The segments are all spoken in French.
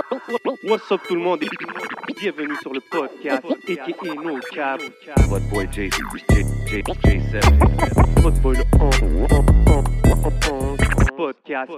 What's up tout le monde et bienvenue sur le podcast a.k.a. No Cap. Votre boy J7. Votre boy le podcast.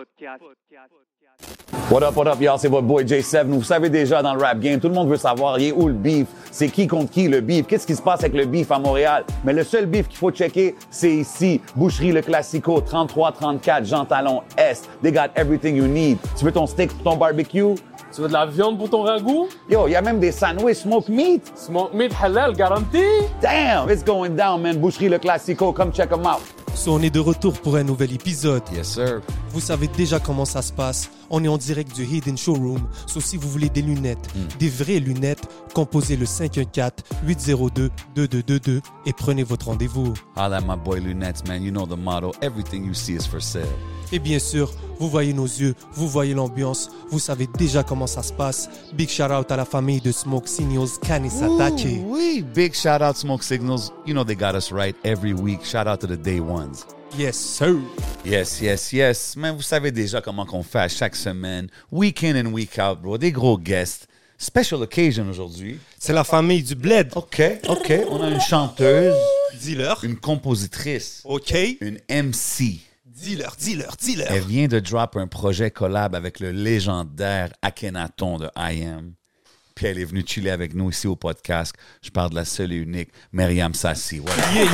What up, y'all? C'est votre boy J7. Vous savez déjà, dans le rap game, tout le monde veut savoir, il est où le beef? C'est qui contre qui, le beef? Qu'est-ce qui se passe avec le beef à Montréal? Mais le seul beef qu'il faut checker, c'est ici. Boucherie Le Classico, 33-34, Jean Talon Est. They got everything you need. Tu veux ton steak pour ton barbecue? Tu veux de la viande pour ton ragoût? Yo, il y a même des sandwichs smoke meat. Smoke meat halal garanti? Damn, it's going down, man. Boucherie Le Classico, come check them out. So, on est de retour pour un nouvel épisode. Yes, sir. Vous savez déjà comment ça se passe. On est en direct du Hidden Showroom. So, si vous voulez des lunettes, des vraies lunettes, composez le 514-802-2222 et prenez votre rendez-vous. Holla at my boy Lunettes, man. You know the motto. Everything you see is for sale. Et bien sûr, vous voyez nos yeux, vous voyez l'ambiance, vous savez déjà comment ça se passe. Big shout out à la famille de Smoke Signals, Kanisatake. Oui, big shout out Smoke Signals. You know they got us right every week. Shout out to the day ones. Yes, sir. Yes. Man, vous savez déjà comment qu'on fait à chaque semaine. Week in and week out, bro. Des gros guests. Special occasion aujourd'hui. C'est la famille du Bled. OK. On a une chanteuse. Dis-leur. Une compositrice. OK. Une MC. Dis-leur. Elle vient de drop un projet collab avec le légendaire Akhenaton de I Am. Puis elle est venue chiller avec nous ici au podcast. Je parle de la seule et unique Myriam Sassi. Voilà. Yeah.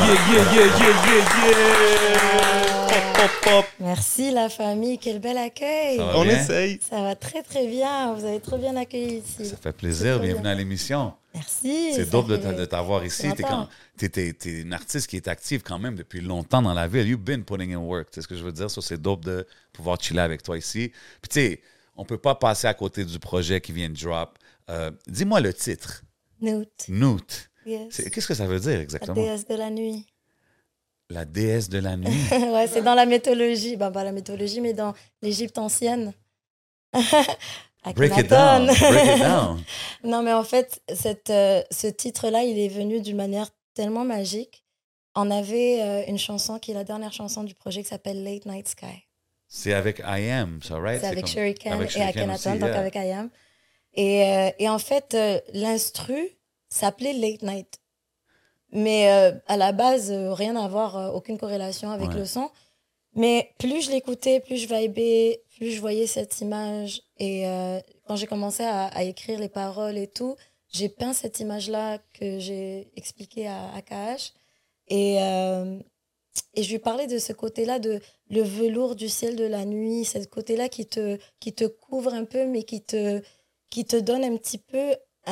Pop. Merci la famille, quel bel accueil. Ça va On bien? essaye. Ça va très très bien, vous avez très bien accueilli ici. Ça fait plaisir. Bienvenue à l'émission. Merci. C'est ça dope de fait t'avoir ici. longtemps. T'es une artiste qui est active quand même depuis longtemps dans la ville. You've been putting in work. Tu sais ce que je veux dire? Ça, c'est dope de pouvoir chiller avec toi ici. Puis tu sais, on peut pas passer à côté du projet qui vient de drop. Dis-moi le titre. Noot. Yes. Qu'est-ce que ça veut dire La exactement? déesse de la nuit. La déesse de la nuit. Ouais, c'est dans la mythologie, pas la mythologie, mais dans l'Égypte ancienne. Break it Akhenaton. down. Non, mais en fait, ce titre-là, il est venu d'une manière tellement magique. On avait une chanson qui est la dernière chanson du projet qui s'appelle Late Night Sky. C'est avec I Am, ça, right? C'est avec comme- Shuriken avec et Shuriken Akhenaton, aussi, donc yeah. avec IAM. Et en fait, l'instru s'appelait Late Night. Mais à la base, rien à voir, aucune corrélation avec Ouais. le son. Mais plus je l'écoutais, plus je vibais, plus je voyais cette image. Et quand j'ai commencé à écrire les paroles et tout, j'ai peint cette image-là que j'ai expliquée à KH. Et je lui parlais de ce côté-là, de le velours du ciel de la nuit, ce côté-là qui te couvre un peu, mais qui te donne un petit peu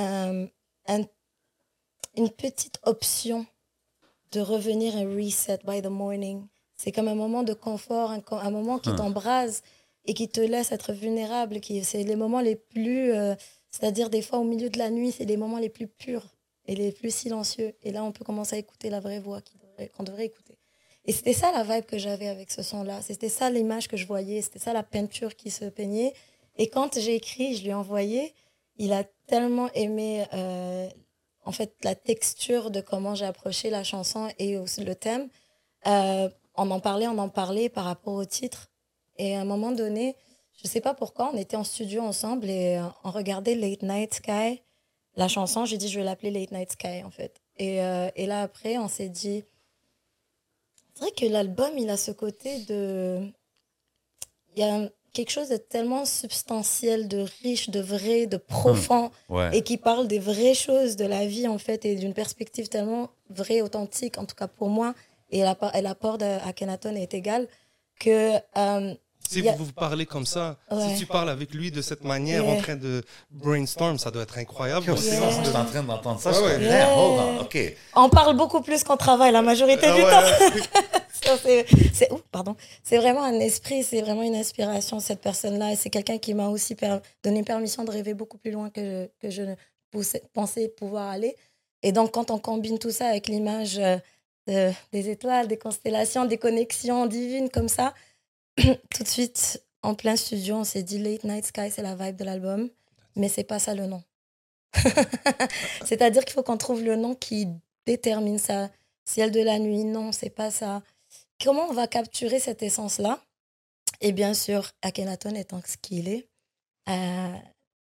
une petite option de revenir un reset by the morning. C'est comme un moment de confort, un moment qui t'embrase et qui te laisse être vulnérable. C'est les moments les plus... c'est-à-dire, des fois, au milieu de la nuit, c'est les moments les plus purs et les plus silencieux. Et là, on peut commencer à écouter la vraie voix qu'on devrait écouter. Et c'était ça la vibe que j'avais avec ce son-là. C'était ça l'image que je voyais. C'était ça la peinture qui se peignait. Et quand j'ai écrit, je lui ai envoyé, il a tellement aimé... en fait, la texture de comment j'ai approché la chanson et aussi le thème. On en parlait par rapport au titre. Et à un moment donné, je ne sais pas pourquoi, on était en studio ensemble et on regardait Late Night Sky, la chanson. J'ai dit, je vais l'appeler Late Night Sky, en fait. Et là, après, on s'est dit... C'est vrai que l'album, il a ce côté de... Il y a quelque chose de tellement substantiel, de riche, de vrai, de profond, Ouais. et qui parle des vraies choses de la vie, en fait, et d'une perspective tellement vraie, authentique, en tout cas pour moi, et l'apport d'Akhenaton est égal, que... Si il y a- vous parlez comme ça, Ouais. si tu parles avec lui de cette manière, Yeah. en train de brainstorm, ça doit être incroyable. Yo, aussi. c'est Yeah. bon, je suis en train d'entendre ça. Ouais, Je ouais. suis comme, Yeah. hold on, OK. On parle beaucoup plus qu'on travaille la majorité du temps. Ça, c'est vraiment un esprit, c'est vraiment une inspiration, cette personne-là. Et c'est quelqu'un qui m'a aussi donné permission de rêver beaucoup plus loin que je ne pensais pouvoir aller. Et donc, quand on combine tout ça avec l'image des étoiles, des constellations, des connexions divines comme ça, tout de suite, en plein studio, on s'est dit Late Night Sky, c'est la vibe de l'album, mais c'est pas ça le nom. C'est-à-dire qu'il faut qu'on trouve le nom qui détermine ça. Ciel de la nuit, non, c'est pas ça. Comment on va capturer cette essence-là? Et bien sûr, Akhenaton étant ce qu'il est,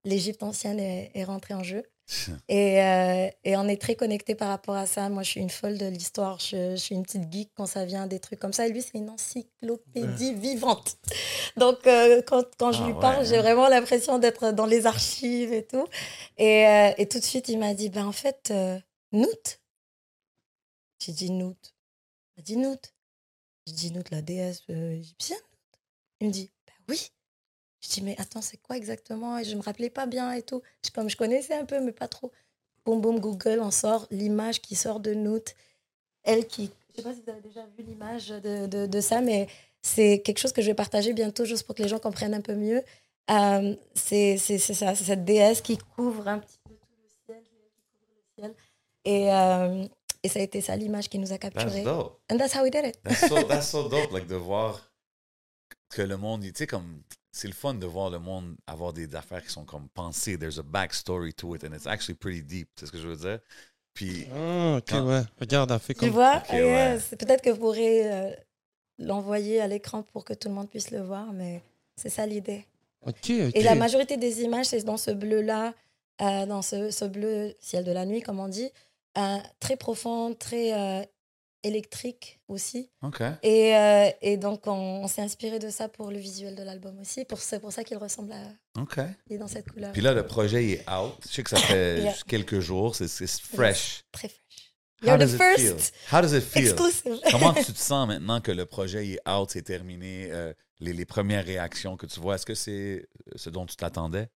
l'Égypte ancienne est rentrée en jeu. Et on est très connectés par rapport à ça. Moi, je suis une folle de l'histoire. Je suis une petite geek quand ça vient des trucs comme ça. Et lui, c'est une encyclopédie vivante. Donc, quand je lui parle, j'ai vraiment l'impression d'être dans les archives et tout. Et tout de suite, il m'a dit, en fait, Nout. J'ai dit Nout. Il m'a dit Nout. J'ai dit Nout, la déesse égyptienne. Il me dit, oui. Je dis, mais attends, c'est quoi exactement? Et je ne me rappelais pas bien et tout. Comme je connaissais un peu, mais pas trop. Boum, boum, Google, on sort l'image qui sort de Nout. Elle qui... Je ne sais pas si vous avez déjà vu l'image de ça, mais c'est quelque chose que je vais partager bientôt, juste pour que les gens comprennent un peu mieux. C'est ça, c'est cette déesse qui couvre un petit peu tout le ciel. Qui couvre le ciel. Et ça a été ça, l'image qui nous a capturés. That's dope. And that's how we did it. That's so dope, like, de voir que le monde, tu sais, comme... C'est le fun de voir le monde avoir des affaires qui sont comme pensées. There's a backstory to it, and it's actually pretty deep. C'est ce que je veux dire. Puis, ouais. Regarde, elle fait comme... Tu vois, Ok, ouais. peut-être que vous pourrez l'envoyer à l'écran pour que tout le monde puisse le voir, mais c'est ça l'idée. Ok. Et la majorité des images, c'est dans ce bleu-là, dans ce bleu ciel de la nuit, comme on dit, très profond, très électrique aussi. OK. Et donc, on s'est inspiré de ça pour le visuel de l'album aussi. C'est pour ça qu'il ressemble à... OK. Il est dans cette couleur. Puis là, le projet il est out. Je sais que ça fait Yeah. juste quelques jours. C'est fresh. Très fresh. How You're the does it feel? first How does it feel? exclusive. Comment tu te sens maintenant que le projet il est out, c'est terminé? Les premières réactions que tu vois, est-ce que c'est ce dont tu t'attendais?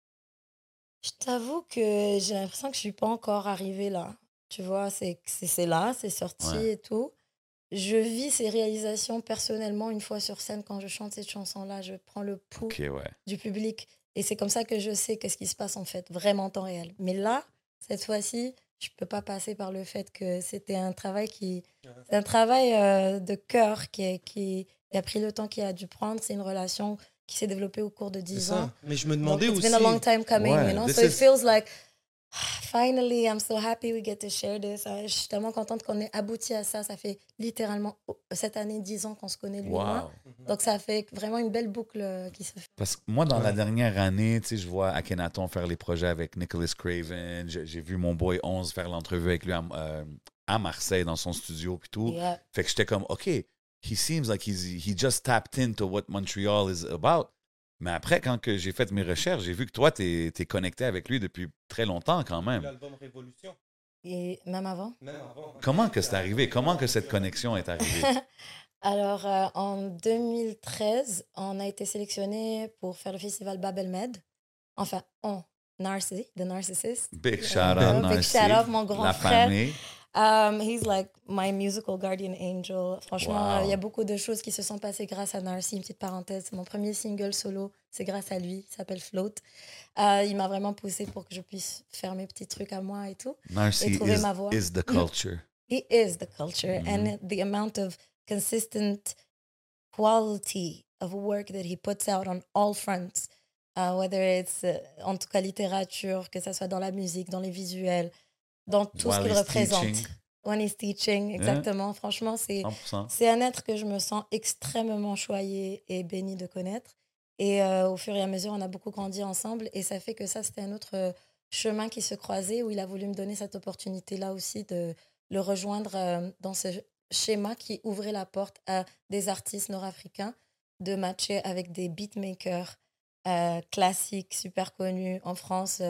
Je t'avoue que j'ai l'impression que je suis pas encore arrivée là. Tu vois, c'est là, c'est sorti Ouais. et tout. Je vis ces réalisations personnellement une fois sur scène quand je chante cette chanson-là. Je prends le pouls OK, ouais. du public. Et c'est comme ça que je sais qu'est-ce qui se passe en fait, vraiment en temps réel. Mais là, cette fois-ci, je peux pas passer par le fait que c'était un travail c'est un travail de cœur qui a pris le temps qu'il a dû prendre. C'est une relation qui s'est développée au cours de 10 ans. Mais je me Donc, demandais it's aussi... been a long time coming, Ouais, you know? this So it is- feels like, finally, I'm so happy we get to share this. Je suis tellement contente qu'on ait abouti à ça. Ça fait littéralement, cette année, 10 ans qu'on se connaît, lui et moi. Wow. Donc, ça fait vraiment une belle boucle qui se fait. Parce que moi, dans la dernière année, tu sais, je vois Akhenaton faire les projets avec Nicholas Craven. J'ai vu mon boy 11 faire l'entrevue avec lui à Marseille dans son studio puis tout. Yeah. Fait que j'étais comme, OK, he seems like he just tapped into what Montreal is about. Mais après, quand que j'ai fait mes recherches, j'ai vu que toi, t'es connecté avec lui depuis très longtemps quand même. L'album Révolution. Et même avant. Même avant. Comment que c'est arrivé? Comment que cette connexion est arrivée? Alors, en 2013, on a été sélectionné pour faire le festival Babelmed. Enfin, Narcy, The Narcissist. Big shout out, Big Narcy. shout out, mon grand La frère. famille. He's like my musical guardian angel. Franchement, Wow. il y a beaucoup de choses qui se sont passées grâce à Narcy. Une petite parenthèse, c'est mon premier single solo, c'est grâce à lui, il s'appelle Float. Il m'a vraiment poussé pour que je puisse faire mes petits trucs à moi et tout. Narcy trouver ma voix. is the culture. He is the culture and the amount of consistent quality of work that he puts out on all fronts, whether it's en tout cas littérature, que ça soit dans la musique, dans les visuels, dans tout ce While qu'il he's représente. teaching. When he's teaching, exactement. Franchement, 100%. c'est un être que je me sens extrêmement choyée et bénie de connaître. Et au fur et à mesure, on a beaucoup grandi ensemble. Et ça fait que ça, c'était un autre chemin qui se croisait où il a voulu me donner cette opportunité-là aussi de le rejoindre dans ce schéma qui ouvrait la porte à des artistes nord-africains de matcher avec des beatmakers classiques, super connus en France,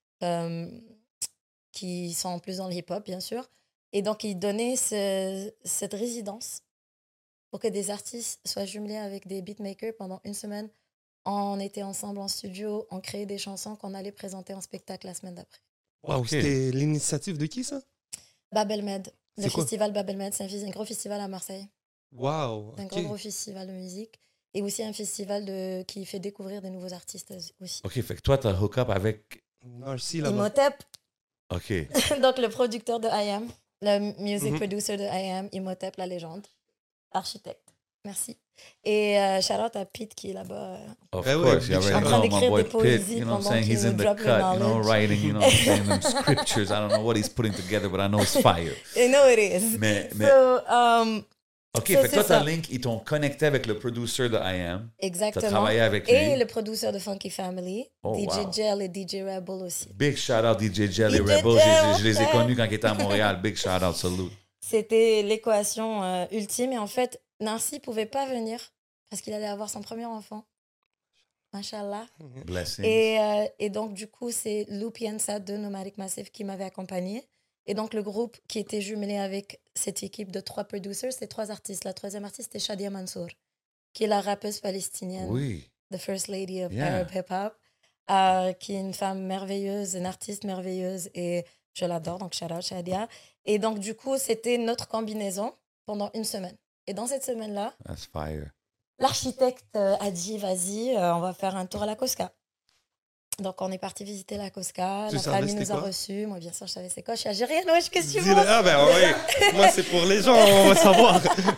qui sont en plus dans le hip-hop, bien sûr. Et donc, il donnait cette résidence pour que des artistes soient jumelés avec des beatmakers pendant une semaine. On était ensemble en studio, on créait des chansons qu'on allait présenter en spectacle la semaine d'après. Wow, Ok. c'était l'initiative de qui, ça? Babelmed. Le C'est quoi? festival Babelmed, c'est un gros festival à Marseille. Wow, C'est un ok. gros festival de musique. Et aussi un festival qui fait découvrir des nouveaux artistes aussi. OK, fait que toi, t'as hook up avec... Narcy, là-bas. Imhotep, OK. donc le producteur de I Am, le music Mhm. producer de I Am, Imhotep, la légende, architecte. Merci. Et shout-out à Pete qui est là-bas. Of Eh ouais, course, you big already shout-out. know En train my d'écrire boy des Pitt, poésies you know what I'm pendant saying? He's qu'il in the drop le cut, you know, knowledge. writing, you know what I'm saying? Them scriptures, I don't know what he's putting together, but I know it's fire. You know it is. Mais So, OK, Ça, fait que c'est toi, ça. ta link, ils t'ont connecté avec le producer de I Am. Exactement. T'as travaillé avec lui. Et le producteur de Funky Family, Oh, DJ wow. Gel et DJ Rebel aussi. Big shout-out DJ Jelly DJ Rebel. Gel, Je les ai ouais. connus quand ils étaient à Montréal. Big shout-out, salute. C'était l'équation ultime. Et en fait, Narcy pouvait pas venir parce qu'il allait avoir son premier enfant. Machallah. Blessings. Et donc, du coup, c'est Lou Piensa de Nomadic Massive qui m'avait accompagné. Et donc, le groupe qui était jumelé avec cette équipe de 3 producers, c'était 3 artistes. La troisième artiste, c'était Shadia Mansour, qui est la rappeuse palestinienne, Oui. the first lady of Yeah. Arab hip-hop, qui est une femme merveilleuse, une artiste merveilleuse. Et je l'adore, donc shout out Shadia. Et donc, du coup, c'était notre combinaison pendant une semaine. Et dans cette semaine-là, That's fire. l'architecte a dit, vas-y, on va faire un tour à la Cosca. Donc, on est parti visiter la Cosca. Tu La savais famille c'était nous a quoi? reçus. Moi, bien sûr, je savais c'est quoi. Je suis algérienne, wesh, qu'est-ce que tu Dis-le. penses? Ah ben oui, moi c'est pour les gens, on va savoir.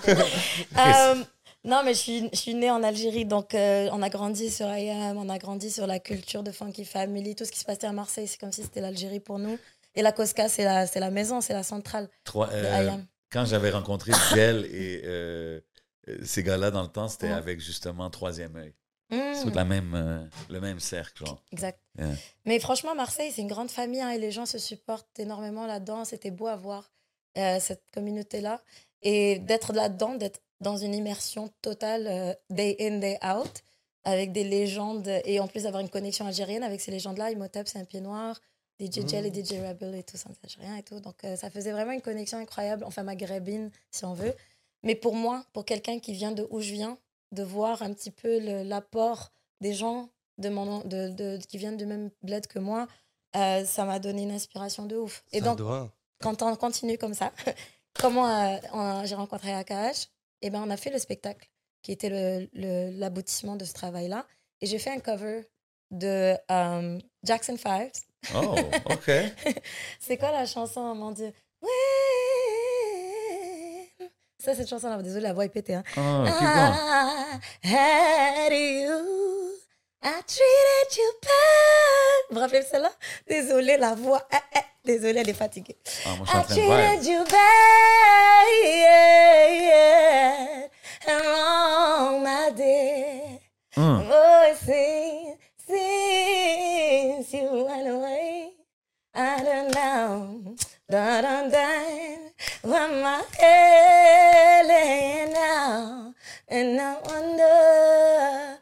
Non, mais je suis née en Algérie, donc on a grandi sur IAM, on a grandi sur la culture de Funky Family. Tout ce qui se passait à Marseille, c'est comme si c'était l'Algérie pour nous. Et la Cosca, c'est la maison, c'est la centrale de IAM. Quand j'avais rencontré Gel et ces gars-là dans le temps, c'était Ouais. avec justement Troisième œil. Mm. C'est le même cercle, genre. Exact. Yeah. Mais franchement, Marseille, c'est une grande famille hein, et les gens se supportent énormément là-dedans. C'était beau à voir cette communauté-là. Et d'être là-dedans, d'être dans une immersion totale, day in, day out, avec des légendes. Et en plus d'avoir une connexion algérienne avec ces légendes-là, Imhotep, c'est un pied noir, DJ Gel et DJ Rebel et tout, c'est un algérien et tout. Donc ça faisait vraiment une connexion incroyable, enfin maghrébine, si on veut. Mais pour moi, pour quelqu'un qui vient de où je viens, de voir un petit peu l'apport des gens qui viennent du même bled que moi, ça m'a donné une inspiration de ouf. Et Ça donc, doit. quand on continue comme ça, comment j'ai rencontré AKH, et ben on a fait le spectacle, qui était l'aboutissement de ce travail-là. Et j'ai fait un cover de Jackson 5. Oh, OK. C'est quoi la chanson, mon Dieu? Ouais. Ça, cette chanson-là, désolée, la voix est pétée. Hein. Oh, keep going. I had you, I treated you bad. Vous vous rappelez de celle-là? Désolée, la voix. Désolée, elle est fatiguée. Ah, moi, je suis en I train de treated vibe. you bad, yeah, and wrong I did. Oh, since you went away, I don't know, where my head laying now, and I wonder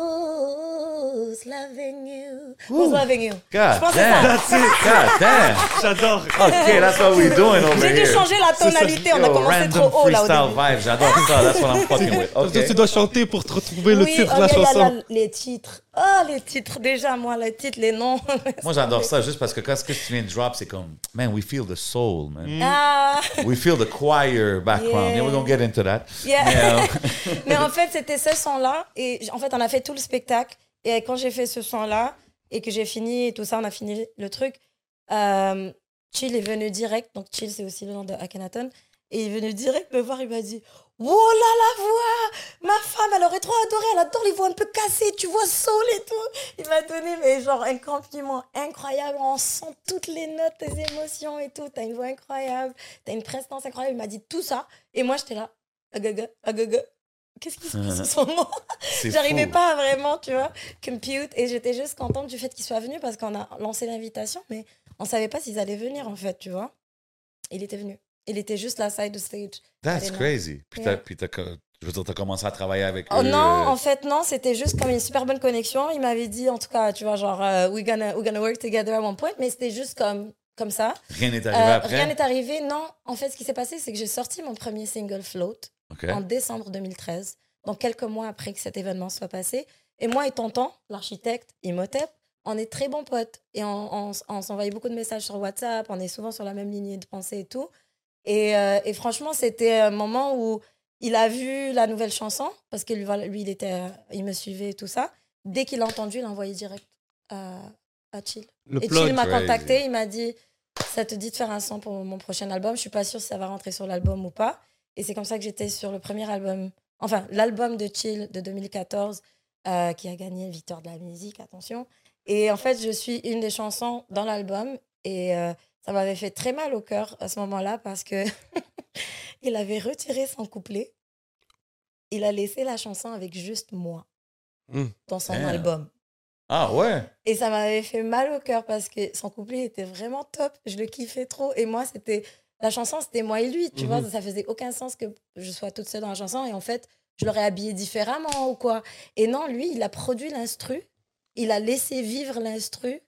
who's loving you. Who's loving you? God Je pense que damn. c'est ça. God damn. J'adore. OK, that's what we're doing over J'ai here. dû changer la tonalité, on a Yo, commencé random trop haut là au freestyle début. vibe. J'adore ça. That's what I'm fucking with. Donc, OK. tu dois chanter pour te retrouver le Oui, titre oh, de la y a chanson. les titres. Oh, les titres, déjà, moi, les titres, les noms. Moi, j'adore ça juste parce que quand ce que tu viens de drop, c'est comme, man, we feel the soul, man. Ah, We feel the choir background. Yeah, we're going to get into that. yeah. Mais, Mais en fait, c'était ce son-là. Et en fait, on a fait tout le spectacle. Et quand j'ai fait ce son-là et que j'ai fini et tout ça, on a fini le truc, Chill est venu direct. Donc, Chill, c'est aussi le nom de Akhenaton. Et il est venu direct me voir. Il m'a dit, oh là, la voix! Ma femme, elle aurait trop adoré. Elle adore les voix un peu cassées. Tu vois, soul et tout. Il m'a donné, mais genre, un compliment incroyable. On sent toutes les notes, tes émotions et tout. T'as une voix incroyable. T'as une prestance incroyable. Il m'a dit tout ça. Et moi, j'étais là. Agaga, agaga. Qu'est-ce qui se passe sur son nom? c'est J'arrivais fou. pas à vraiment, tu vois, compute. Et j'étais juste contente du fait qu'il soit venu parce qu'on a lancé l'invitation, mais on savait pas s'ils allaient venir, en fait, tu vois. Il était venu. Il était juste là, side the stage. That's Allez, non. crazy. Puis, Yeah. je veux dire, t'as commencé à travailler avec Oh eux. non, en fait, non, c'était juste comme une super bonne connexion. Il m'avait dit, en tout cas, tu vois, genre, we're gonna work together at one point, mais c'était juste comme ça. Rien n'est arrivé après. Rien n'est arrivé, non. En fait, ce qui s'est passé, c'est que j'ai sorti mon premier single, Float, OK. en décembre 2013, donc quelques mois après que cet événement soit passé. Et moi et Tonton, l'architecte, Imhotep, on est très bons potes. Et on s'envoyait beaucoup de messages sur WhatsApp, on est souvent sur la même lignée de pensée et tout. Et franchement, c'était un moment où il a vu la nouvelle chanson, parce que lui il me suivait et tout ça. Dès qu'il l'a entendu, il l'a envoyé direct à Chill. Le Et plug. Chill m'a Crazy. contacté, il m'a dit, ça te dit de faire un son pour mon prochain album. Je suis pas sûre si ça va rentrer sur l'album ou pas. Et c'est comme ça que j'étais sur le premier album, enfin l'album de Chill de 2014, qui a gagné Victoire de la musique, attention. Et en fait, je suis une des chansons dans l'album. Et ça m'avait fait très mal au cœur à ce moment-là parce que il avait retiré son couplet. il a laissé la chanson avec juste moi dans son Damn. album. Ah ouais? Et ça m'avait fait mal au cœur parce que son couplet était vraiment top. Je le kiffais trop. Et moi, la chanson, c'était moi et lui. Tu vois, ça faisait aucun sens que je sois toute seule dans la chanson. Et en fait, je l'aurais habillé différemment ou quoi. Et non, lui, il a produit l'instru. Il a laissé vivre l'instru.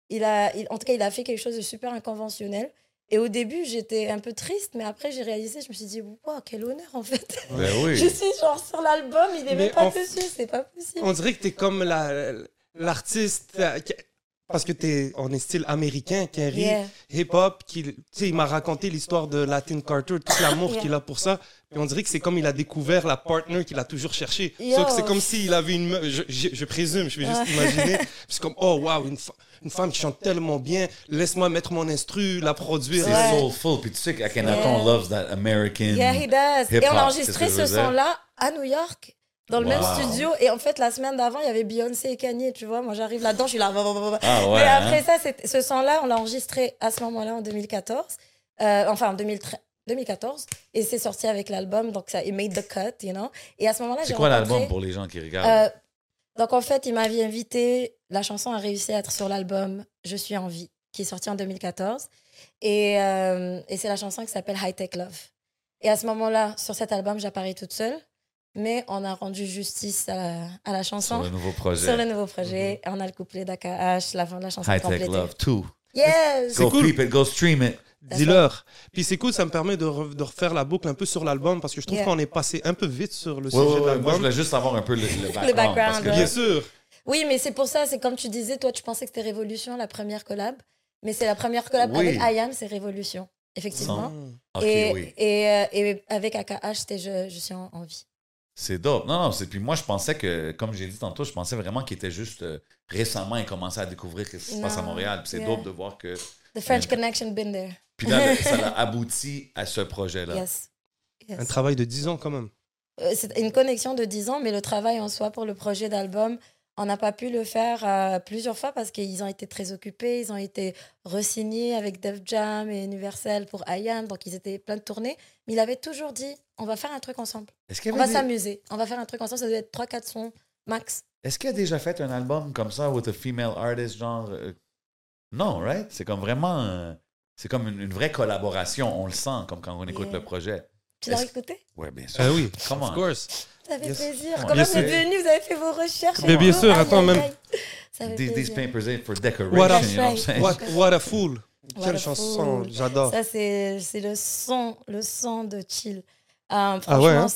En tout cas, il a fait quelque chose de super inconventionnel. Et au début, j'étais un peu triste, mais après, j'ai réalisé, je me suis dit, wow, quel honneur, en fait. Ben oui. Je suis genre sur l'album, il n'est Mais même pas dessus, c'est pas possible. On dirait que t'es comme l'artiste, parce que on est style américain, Kerry, Yeah. hip-hop, il m'a raconté l'histoire de Latin Carter, tout l'amour qu'il a pour ça. Puis on dirait que c'est comme il a découvert la partner qu'il a toujours cherché. Yo. Sauf que c'est comme s'il avait une meuf, je présume, je vais juste imaginer. Puis c'est comme, oh wow, une femme qui chante tellement bien, laisse-moi mettre mon instru, la produire. C'est Ouais. soulful. Puis tu sais qu'Akhenaton loves that American Yeah, he does. Et on hip-hop, a c'est enregistré ce que je ce veux dire. son-là à New York, dans le même Wow. studio. Et en fait, la semaine d'avant, il y avait Beyoncé et Kanye, tu vois. Moi, j'arrive là-dedans, je suis là. Ah ouais, Mais après hein? ça, ce son-là, on l'a enregistré à ce moment-là, en 2014. Enfin, en 2014. Et c'est sorti avec l'album, donc ça, it made the cut, you know. Et à ce moment-là, C'est j'ai quoi rencontré- l'album pour les gens qui regardent? Donc, en fait, il m'avait invité. La chanson a réussi à être sur l'album Je suis en vie, qui est sorti en 2014. Et c'est la chanson qui s'appelle High Tech Love. Et à ce moment-là, sur cet album, j'apparais toute seule. Mais on a rendu justice à la chanson. Sur le nouveau projet. Sur le nouveau projet. On a le couplet d'AKH, la chanson High Tech complétée. Love 2. Yes! Go cool. peep it, go stream it. Dis-leur. Puis c'est cool, ça me permet de refaire la boucle un peu sur l'album parce que je trouve Yeah. qu'on est passé un peu vite sur le Ouais, sujet ouais, de ouais. Moi, je l'album. voulais juste savoir un peu le background. parce que- background, Bien sûr. Oui, mais c'est pour ça, c'est comme tu disais, toi, tu pensais que c'était Révolution, la première collab. Mais c'est la première collab Oui. avec IAM, c'est Révolution, effectivement. Ok, et, oui. et avec AKH, c'était je suis en vie. C'est dope. Non, puis moi, je pensais que, comme j'ai dit tantôt, je pensais vraiment qu'il était juste récemment, il commençait à découvrir ce qui se passe à Non, Montréal. Puis c'est yeah. dope de voir que. The French Connection, been there. Puis là, ça l'a abouti à ce projet-là. Yes. Yes. Un travail de 10 ans quand même. C'est une connexion de 10 ans, mais le travail en soi pour le projet d'album, on n'a pas pu le faire plusieurs fois parce qu'ils ont été très occupés. Ils ont été re-signés avec Def Jam et Universal pour IAM, donc ils étaient plein de tournées. Mais il avait toujours dit, on va faire un truc ensemble. Est-ce qu'il y On avait va des- s'amuser. On va faire un truc ensemble. Ça doit être 3-4 sons max. Est-ce qu'il a déjà fait un album comme ça, with a female artist, genre. Non, right? C'est comme vraiment. C'est comme une vraie collaboration. On le sent, comme quand on écoute Yeah. le projet. Tu l'as Est-ce- écouté? Ouais, bien sûr. Ah oui, Comment? of course. Ça fait Yes. plaisir. Ouais, Comment bien vous êtes sûr. venus? Vous avez fait vos recherches? Mais et bien tout? sûr, Aïe, attends, aïe, même- aïe. Ça fait These plaisir. papers ain't for decoration, What a- you know what I'm saying? What a fool. What Quelle a chanson, fool. j'adore. Ça, c'est le son de chill. Ah ouais, Franchement, hein?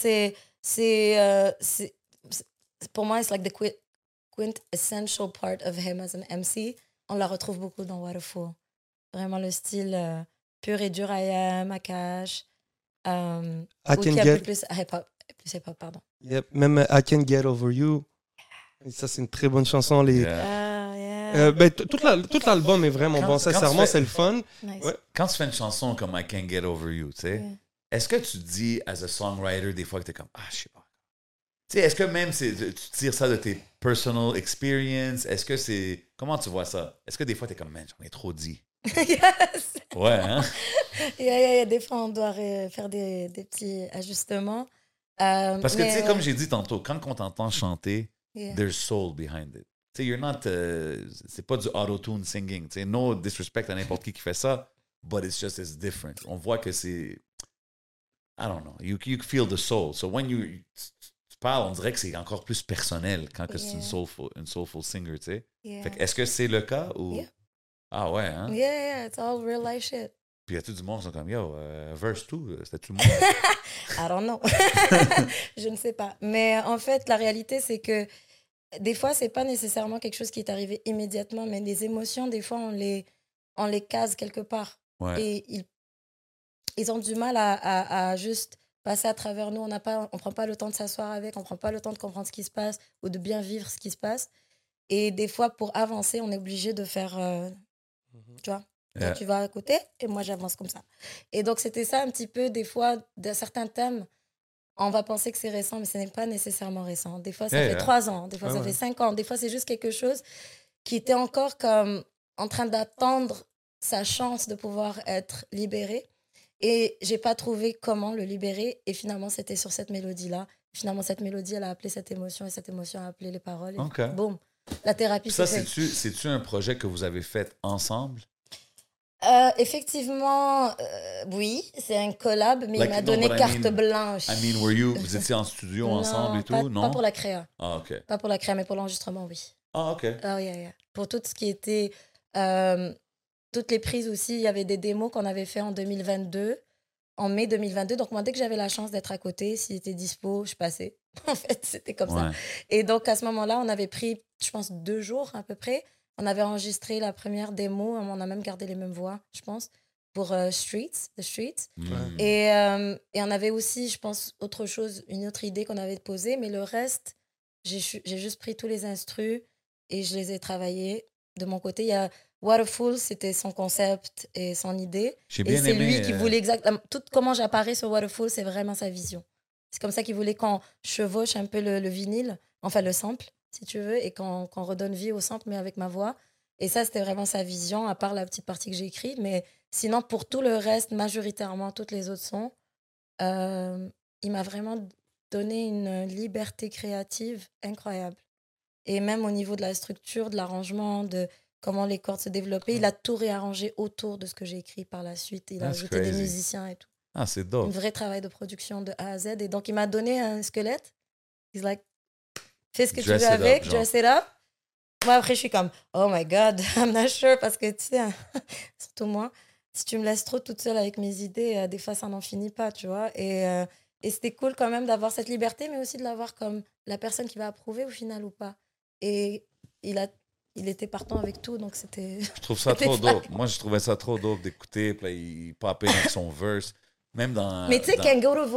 c'est pour moi, c'est like the quintessential part of him as an MC. On la retrouve beaucoup dans What a Fool. Vraiment le style pur et dur IAM, Akash. I Ou can qui a get, plus hip-hop, pardon. yep, même I Can Get Over You. Et ça, c'est une très bonne chanson. Yeah. Ah, yeah. Ben, tout l'album est vraiment Quand- bon. quand Sincèrement, tu fais- c'est le fun. Nice. ouais. Quand tu fais une chanson comme I Can't Get Over You, tu sais, Yeah. est-ce que tu dis, as a songwriter, des fois que t'es comme, ah, je sais pas. Tu sais, est-ce que même tu tires ça de tes personal experience? Est-ce que c'est. Comment tu vois ça? Est-ce que des fois t'es comme, man, j'en ai trop dit? Yes. Ouais, hein? Yeah. Des fois, on doit faire des petits ajustements. Parce que, tu sais, mais, comme j'ai dit tantôt, quand on t'entend chanter, yeah. there's soul behind it. Tu sais, you're not. C'est pas du auto-tune singing. Tu sais, no disrespect à n'importe qui fait ça, but it's just, it's different. On voit que c'est. I don't know. You feel the soul. So when tu parles, on dirait que c'est encore plus personnel quand que c'est une soulful singer, tu sais. Yeah. Fait que est-ce que c'est le cas ou. Yeah. Ah ouais, hein? Yeah, it's all real life shit. Puis il y a tout du monde qui sont comme, yo, verse 2, c'était tout le monde. I don't know. Je ne sais pas. Mais en fait, la réalité, c'est que des fois, c'est pas nécessairement quelque chose qui est arrivé immédiatement, mais les émotions, des fois, on les case quelque part. Ouais. Et ils ont du mal à juste passer à travers nous. On prend pas le temps de s'asseoir avec, on prend pas le temps de comprendre ce qui se passe ou de bien vivre ce qui se passe. Et des fois, pour avancer, on est obligé de faire, tu vois, Yeah. toi, tu vas à côté et moi, j'avance comme ça. Et donc, c'était ça un petit peu, des fois, de certains thèmes, on va penser que c'est récent, mais ce n'est pas nécessairement récent. Des fois, ça Yeah, fait yeah. 3 ans, des fois, Ah ça ouais. fait 5 ans, des fois, c'est juste quelque chose qui était encore comme en train d'attendre sa chance de pouvoir être libéré. Et j'ai pas trouvé comment le libérer. Et finalement, c'était sur cette mélodie-là. finalement, cette mélodie, elle a appelé cette émotion et cette émotion a appelé les paroles. Et OK. boum, la thérapie Ça, s'est faite. c'est-tu un projet que vous avez fait ensemble? Effectivement, oui, c'est un collab, mais Like, il m'a no, donné but I carte mean- blanche. Vous étiez en studio ensemble et tout, pas, non? pas pour la créa. Ah, OK. Pas pour la créa, mais pour l'enregistrement, oui. Ah, OK. Oh, yeah. Pour tout ce qui était... toutes les prises aussi, il y avait des démos qu'on avait fait en 2022, en mai 2022. Donc, moi, dès que j'avais la chance d'être à côté, s'il était dispo, je passais. En fait, c'était comme ça. Ouais. Et donc, à ce moment-là, on avait pris, je pense, 2 jours à peu près. On avait enregistré la première démo. On a même gardé les mêmes voix, je pense, pour The Streets. Mm. Et on avait aussi, je pense, autre chose, une autre idée qu'on avait posée. Mais le reste, j'ai juste pris tous les instrus et je les ai travaillés. De mon côté, il y a Waterfall, c'était son concept et son idée. J'ai Et bien c'est aimé... lui qui voulait exactement... Tout comment j'apparais sur Waterfall, c'est vraiment sa vision. C'est comme ça qu'il voulait qu'on chevauche un peu le vinyle, enfin le sample, si tu veux, et qu'on redonne vie au sample, mais avec ma voix. Et ça, c'était vraiment sa vision, à part la petite partie que j'ai écrite. Mais sinon, pour tout le reste, majoritairement, toutes les autres sons, il m'a vraiment donné une liberté créative incroyable. Et même au niveau de la structure, de l'arrangement, de comment les cordes se développaient, il a tout réarrangé autour de ce que j'ai écrit par la suite. Il a That's ajouté des crazy. musiciens et tout. Ah, c'est Un dope. vrai travail de production de A à Z. Et donc, il m'a donné un squelette. He's like, fais ce que tu Dress veux it avec, up, dress it up. Moi, après, je suis comme, oh my God, I'm not sure. Parce que, tu sais, surtout moi, si tu me laisses trop toute seule avec mes idées, des fois, ça n'en finit pas, tu vois. Et c'était cool quand même d'avoir cette liberté, mais aussi de l'avoir comme la personne qui va approuver au final ou pas. Et il était partant avec tout, donc c'était... Je trouve ça trop dope. Moi, je trouvais ça trop dope d'écouter, puis là, il popait avec son verse. Même dans... Mais tu sais, dans-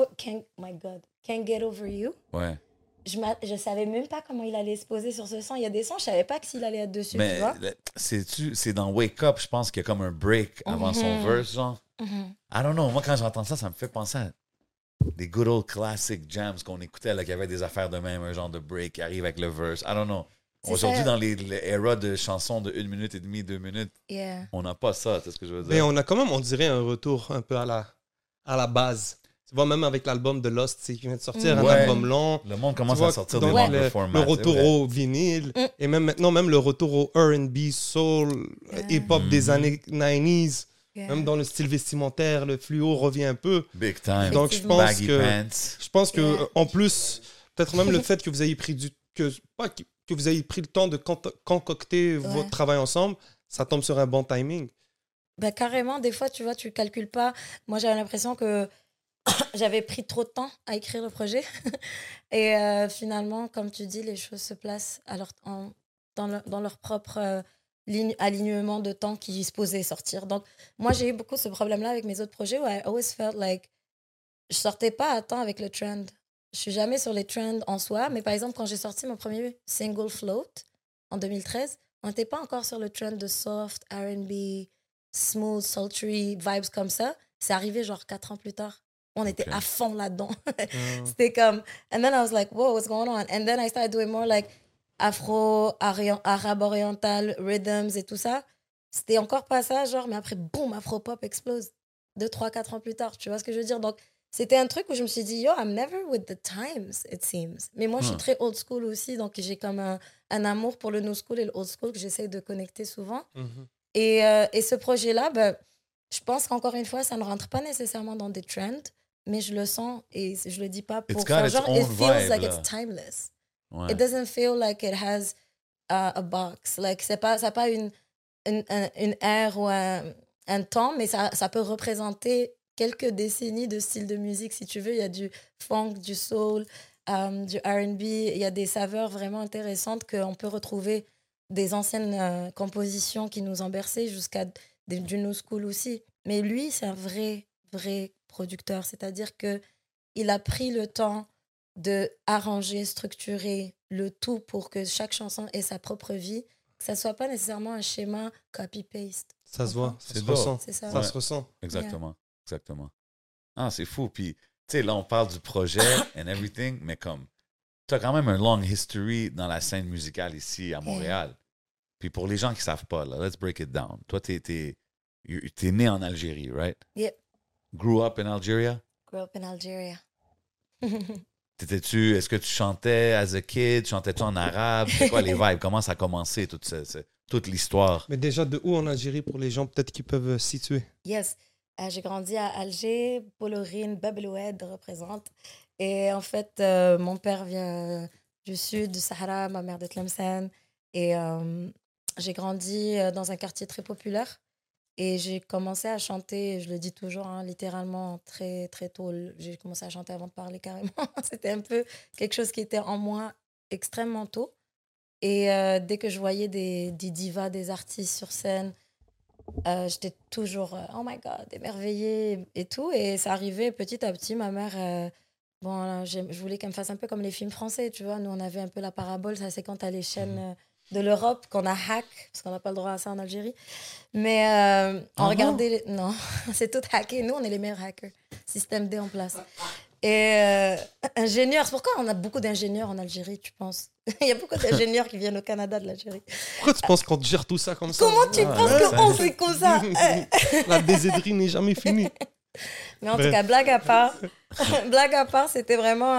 my God, Can't Get Over You, Ouais. je savais même pas comment il allait se poser sur ce son. Il y a des sons, je savais pas que s'il allait être dessus, tu Mais vois. c'est dans Wake Up, je pense qu'il y a comme un break avant son verse, genre. I don't know. Moi, quand j'entends ça, ça me fait penser à des good old classic jams qu'on écoutait, là, qu'il y avait des affaires de même, un genre de break qui arrive avec le verse. I don't know. C'est Aujourd'hui, ça. dans les eras de chansons de 1 minute et demie, 2 minutes, Yeah. on n'a pas ça, c'est ce que je veux dire. Mais on a quand même, on dirait, un retour un peu à la base. Tu vois, même avec l'album de Lost, c'est qui vient de sortir, un Ouais. album long. Le monde Tu commence vois, à sortir des donc longer le formats. retour c'est vrai. au vinyle. Et même maintenant, même le retour au R&B, soul, hip-hop des années 90s. Yeah. Même dans le style vestimentaire, le fluo revient un peu. Big time. Donc, je Effectivement. pense Baggy que... pants. Je pense que, Yeah. en plus, peut-être même le fait que vous ayez pris que vous ayez pris le temps de concocter votre travail ensemble, ça tombe sur un bon timing. Ben, carrément, des fois, tu vois, tu calcules pas. Moi, j'avais l'impression que j'avais pris trop de temps à écrire le projet. Et finalement, comme tu dis, les choses se placent dans leur propre alignement de temps qui se posait sortir. Donc, moi, j'ai eu beaucoup ce problème-là avec mes autres projets où I always felt like je sortais pas à temps avec le trend. Je suis jamais sur les trends en soi, mais par exemple, quand j'ai sorti mon premier single Float en 2013, on n'était pas encore sur le trend de soft, R&B, smooth, sultry, vibes comme ça. C'est arrivé genre 4 ans plus tard. On était à fond là-dedans. C'était comme... And then I was like, whoa, what's going on? And then I started doing more like afro, arabe oriental, rhythms et tout ça. C'était encore pas ça, genre, mais après, boum, afro-pop explose. 2, 3, 4 ans plus tard, tu vois ce que je veux dire? Donc, c'était un truc où je me suis dit, yo, I'm never with the times, it seems. Mais moi, je suis très old school aussi, donc j'ai comme un amour pour le new school et le old school que j'essaie de connecter souvent. Et ce projet-là, ben, je pense qu'encore une fois, ça ne rentre pas nécessairement dans des trends, mais je le sens et je le dis pas pour It's got faire its genre, own it feels vibe, like là. it's timeless. Ouais. It doesn't feel like it has a box. Like, ça n'a pas une ère ou un temps, mais ça peut représenter quelques décennies de style de musique, si tu veux. Il y a du funk, du soul, du R&B. Il y a des saveurs vraiment intéressantes qu'on peut retrouver des anciennes compositions qui nous ont bercés jusqu'à du new school aussi. Mais lui, c'est un vrai producteur. C'est-à-dire qu'il a pris le temps de arranger, structurer le tout pour que chaque chanson ait sa propre vie, que ça soit pas nécessairement un schéma copy-paste. Ça se voit, ça C'est se dope. ressent. C'est ça. Ça se ressent. Exactement. Exactement. Ah, c'est fou. Puis, tu sais, là, on parle du projet and everything, mais comme, tu as quand même un long history dans la scène musicale ici à Montréal. Puis pour les gens qui savent pas, là, let's break it down. Toi, t'es né en Algérie, right? Yep. Grew up in Algeria? Grew up in Algeria. Est-ce que tu chantais as a kid? Chantais-tu en arabe? C'est quoi les vibes? Comment ça a commencé, toute l'histoire? Mais déjà, de où en Algérie pour les gens peut-être qui peuvent situer? Yes. J'ai grandi à Alger, Polorine, Bab el Oued représente. Et en fait, mon père vient du sud, du Sahara, ma mère de Tlemcen. Et j'ai grandi dans un quartier très populaire. Et j'ai commencé à chanter, je le dis toujours, hein, littéralement, très, très tôt. J'ai commencé à chanter avant de parler carrément. C'était un peu quelque chose qui était en moi extrêmement tôt. Et dès que je voyais des divas, des artistes sur scène, j'étais toujours, oh my God, émerveillée et tout. Et ça arrivait petit à petit. Ma mère, je voulais qu'elle me fasse un peu comme les films français, tu vois. Nous, on avait un peu la parabole, ça c'est quand t'as les chaînes de l'Europe qu'on a hack, parce qu'on n'a pas le droit à ça en Algérie. Mais on regardait... Non, c'est tout hacké. Nous, on est les meilleurs hackers. Système D en place. Et ingénieurs, c'est pourquoi on a beaucoup d'ingénieurs en Algérie, tu penses? Il y a beaucoup d'ingénieurs qui viennent au Canada de l'Algérie. Pourquoi tu penses qu'on gère tout ça comme ça? Comment tu penses qu'on fait comme ça? La désédrie n'est jamais finie. Mais en tout cas, blague à part, c'était vraiment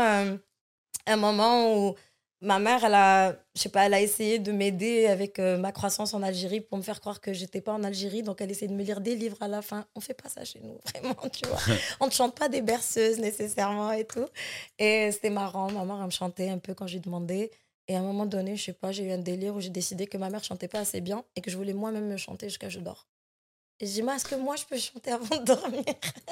un moment où ma mère, elle a essayé de m'aider avec ma croissance en Algérie pour me faire croire que j'étais pas en Algérie. Donc, elle essayait de me lire des livres à la fin. On fait pas ça chez nous, vraiment, tu vois. On ne chante pas des berceuses nécessairement et tout. Et c'était marrant. Ma mère, elle me chantait un peu quand je lui demandais. Et à un moment donné, je sais pas, j'ai eu un délire où j'ai décidé que ma mère chantait pas assez bien et que je voulais moi-même me chanter jusqu'à ce que je dors. Et je dis, est-ce que moi, je peux chanter avant de dormir?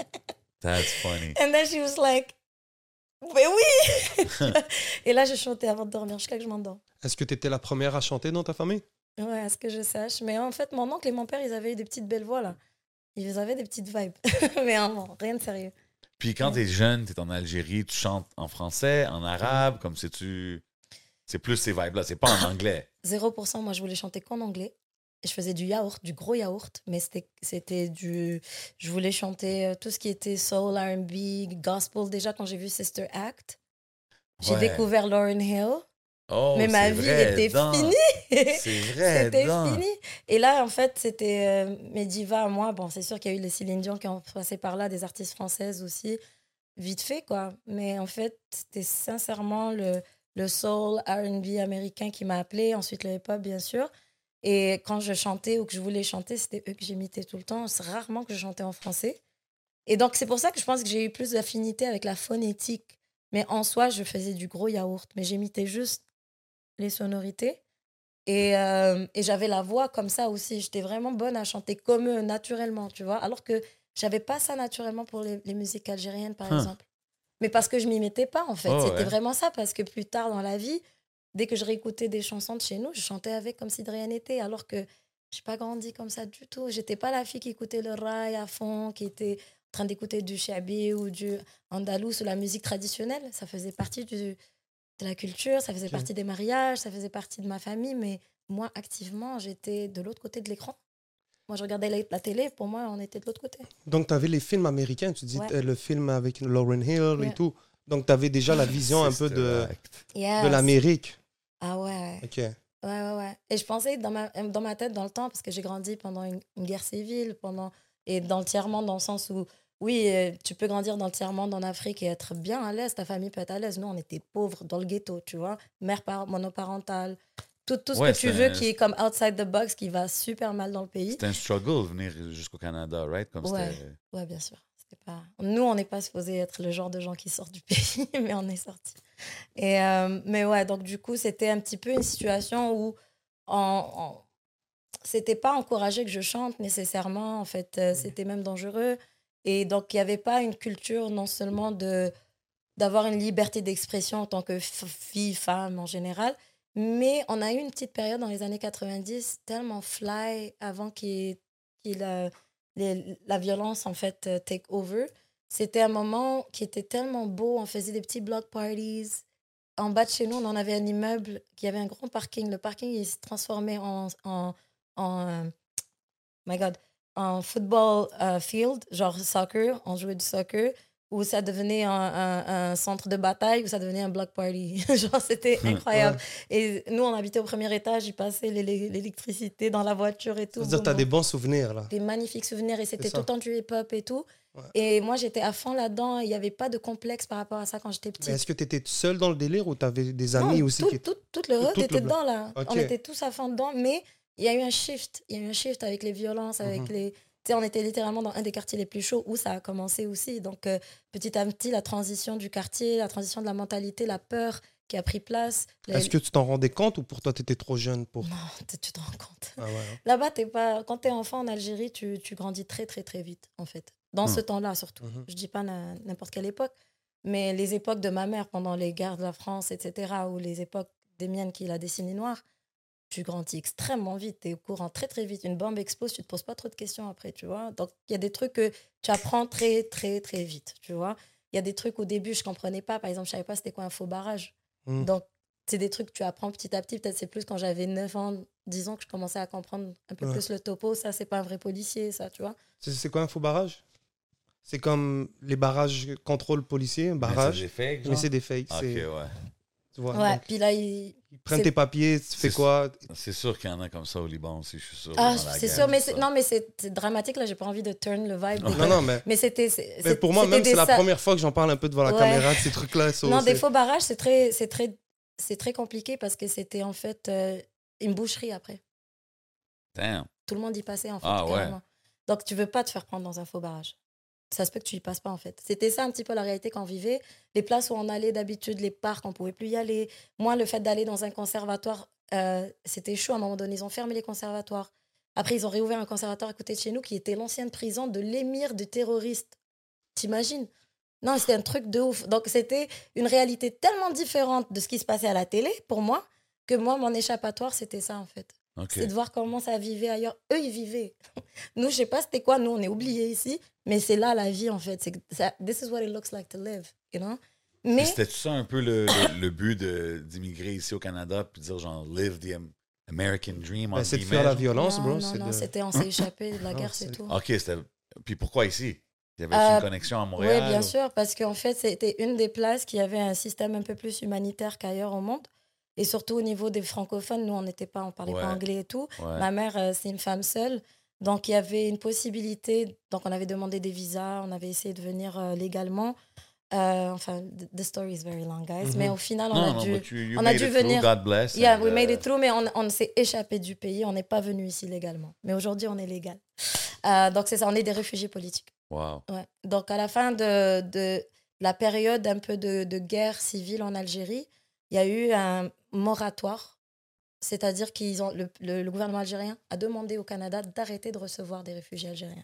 That's funny. And then she was like, mais oui! Et là, je chantais avant de dormir jusqu'à ce que je m'endors. Est-ce que tu étais la première à chanter dans ta famille? Ouais, à ce que je sache. Mais en fait, mon oncle et mon père, ils avaient eu des petites belles voix, là. Ils avaient des petites vibes. Mais non, rien de sérieux. Puis quand t'es jeune, t'es en Algérie, tu chantes en français, en arabe, comme si tu... C'est plus ces vibes-là, c'est pas en anglais. 0%, moi, je voulais chanter qu'en anglais. Et je faisais du yaourt, du gros yaourt. Mais c'était du... Je voulais chanter tout ce qui était soul, R&B, gospel. Déjà, quand j'ai vu Sister Act, j'ai découvert Lauryn Hill. Oh, mais ma vie était finie. C'est vrai, c'était fini. Et là, en fait, c'était mes divas à moi. Bon, c'est sûr qu'il y a eu les Céline Dion qui ont passé par là, des artistes françaises aussi, vite fait, quoi. Mais en fait, c'était sincèrement le soul R&B américain qui m'a appelée. Ensuite, le hip-hop, bien sûr. Et quand je chantais ou que je voulais chanter, c'était eux que j'imitais tout le temps. C'est rarement que je chantais en français. Et donc, c'est pour ça que je pense que j'ai eu plus d'affinité avec la phonétique. Mais en soi, je faisais du gros yaourt. Mais j'imitais juste les sonorités. Et j'avais la voix comme ça aussi. J'étais vraiment bonne à chanter comme eux, naturellement, tu vois. Alors que j'avais pas ça naturellement pour les musiques algériennes, par exemple. Mais parce que je m'y mettais pas, en fait. C'était vraiment ça. Parce que plus tard dans la vie, dès que je réécoutais des chansons de chez nous, je chantais avec comme si de rien n'était. Alors que j'ai pas grandi comme ça du tout. J'étais pas la fille qui écoutait le rail à fond, qui était en train d'écouter du chabi ou du andalous ou la musique traditionnelle. Ça faisait partie de la culture, ça faisait partie des mariages, ça faisait partie de ma famille. Mais moi, activement, j'étais de l'autre côté de l'écran. Moi, je regardais la télé. Pour moi, on était de l'autre côté. Donc, tu avais les films américains. Tu dis le film avec Lauryn Hill et tout. Donc, tu avais déjà la vision un peu de l'Amérique. Ah ouais. OK. Ouais. Et je pensais dans ma tête, dans le temps, parce que j'ai grandi pendant une guerre civile, et dans le tiers-monde, dans le sens où, oui, tu peux grandir dans le tiers-monde en Afrique et être bien à l'aise, ta famille peut être à l'aise. Nous, on était pauvres dans le ghetto, tu vois. Mère monoparentale, tout ce que tu veux qui est comme outside the box, qui va super mal dans le pays. C'était un struggle venir jusqu'au Canada, right? Ouais, bien sûr. Nous, on n'est pas supposé être le genre de gens qui sortent du pays, mais on est sortis. Mais ouais, donc du coup, c'était un petit peu une situation où c'était pas encouragé que je chante nécessairement. En fait, c'était même dangereux. Et donc, il n'y avait pas une culture non seulement d'avoir une liberté d'expression en tant que fille, femme en général, mais on a eu une petite période dans les années 90 tellement fly avant la violence, en fait, take over. C'était un moment qui était tellement beau. On faisait des petits block parties. En bas de chez nous, on en avait un immeuble qui avait un grand parking. Le parking, il s'est transformé en football field, genre soccer. On jouait du soccer. Où ça devenait un centre de bataille, où ça devenait un block party. Genre, c'était incroyable. Et nous, on habitait au premier étage, il passait l'électricité dans la voiture et tout. C'est-à-dire que tu as des bons souvenirs, là. Des magnifiques souvenirs. Et c'était tout le temps du hip-hop et tout. Ouais. Et moi, j'étais à fond là-dedans. Il n'y avait pas de complexe par rapport à ça quand j'étais Mais petite. est-ce que tu étais seule dans le délire ou tu avais des amis Non, aussi tout le hood tout le était bloc. dedans, là. Ok. On était tous à fond dedans, mais il y a eu un shift. Il y a eu un shift avec les violences, avec les... Tu sais, on était littéralement dans un des quartiers les plus chauds où ça a commencé aussi. Donc, petit à petit, la transition du quartier, la transition de la mentalité, la peur qui a pris place. Est-ce que tu t'en rendais compte ou pour toi, tu étais trop jeune pour... Non, tu te rends compte. Ah ouais, hein. Là-bas, quand tu es enfant en Algérie, tu grandis très, très, très vite, en fait. Dans ce temps-là, surtout. Je dis pas n'importe quelle époque, mais les époques de ma mère pendant les guerres de la France, etc., ou les époques des miennes qui la décennie noire, tu grandis extrêmement vite. Tu es au courant très, très vite. Une bombe explose, tu te poses pas trop de questions après, tu vois. Donc, il y a des trucs que tu apprends très, très, très vite, tu vois. Il y a des trucs au début, je comprenais pas. Par exemple, je savais pas c'était quoi un faux barrage. Donc, c'est des trucs que tu apprends petit à petit. Peut-être c'est plus quand j'avais 9 ans, 10 ans que je commençais à comprendre un peu plus le topo. Ça, c'est pas un vrai policier, ça, tu vois. C'est quoi un faux barrage? C'est comme les barrages contrôle policier, un barrage. Mais c'est des fakes. Ok, ouais. Tu vois, Ouais, donc, puis là, ils prennent tes papiers, tu fais quoi? C'est sûr qu'il y en a comme ça au Liban aussi, je suis sûr. Ah, dans la c'est gang, sûr, mais ça. non, mais c'est dramatique, là, j'ai pas envie de turn le vibe. Non, mais Mais c'était... mais pour moi, même, c'est la première fois que j'en parle un peu devant la Ouais. caméra de ces trucs-là. Non, des faux barrages, c'est très compliqué parce que c'était en fait une boucherie après. Damn. Tout le monde y passait, en fait, Ah, ouais. carrément. Donc, tu veux pas te faire prendre dans un faux barrage. Ça se peut que tu y passes pas, en fait. C'était ça un petit peu la réalité quand on vivait. Les places où on allait d'habitude, les parcs, on pouvait plus y aller. Moi, le fait d'aller dans un conservatoire, c'était chaud. À un moment donné, ils ont fermé les conservatoires. Après, ils ont réouvert un conservatoire à côté de chez nous qui était l'ancienne prison de l'émir de terroristes. T'imagines? Non, c'était un truc de ouf. Donc, c'était une réalité tellement différente de ce qui se passait à la télé, pour moi, que moi, mon échappatoire, c'était ça, en fait. Ok. C'est de voir comment ça vivait ailleurs. Eux, ils vivaient. Nous, je sais pas c'était quoi. Nous, on est oubliés ici. Mais c'est là la vie, en fait. This is what it looks like to live, you know? Mais... C'était ça un peu le but d'immigrer ici au Canada puis de dire genre live the American dream en c'est de guillemets, faire la genre? violence, non, bro. non, non, c'était on s'est échappé de la guerre, c'est tout. Ok, c'était. Puis pourquoi ici? Il y avait une connexion à Oui, Montréal? bien ou- sûr, parce qu'en fait, c'était une des places qui avait un système un peu plus humanitaire qu'ailleurs au monde. Et surtout au niveau des francophones, nous, on parlait Ouais. pas anglais et tout. Ouais. Ma mère, c'est une femme seule. Donc, il y avait une possibilité. Donc, on avait demandé des visas, on avait essayé de venir légalement. Enfin, the story is very long, guys. Mais au final, Non, on non, a dû, but you on a made dû it through, venir. God bless. Yeah, and, we made it through, mais on s'est échappé du pays. On n'est pas venu ici légalement. Mais aujourd'hui, on est légal. Donc, c'est ça, on est des réfugiés politiques. Wow. Ouais. Donc, à la fin de la période un peu de guerre civile en Algérie, il y a eu un moratoire. C'est-à-dire qu'ils ont le gouvernement algérien a demandé au Canada d'arrêter de recevoir des réfugiés algériens.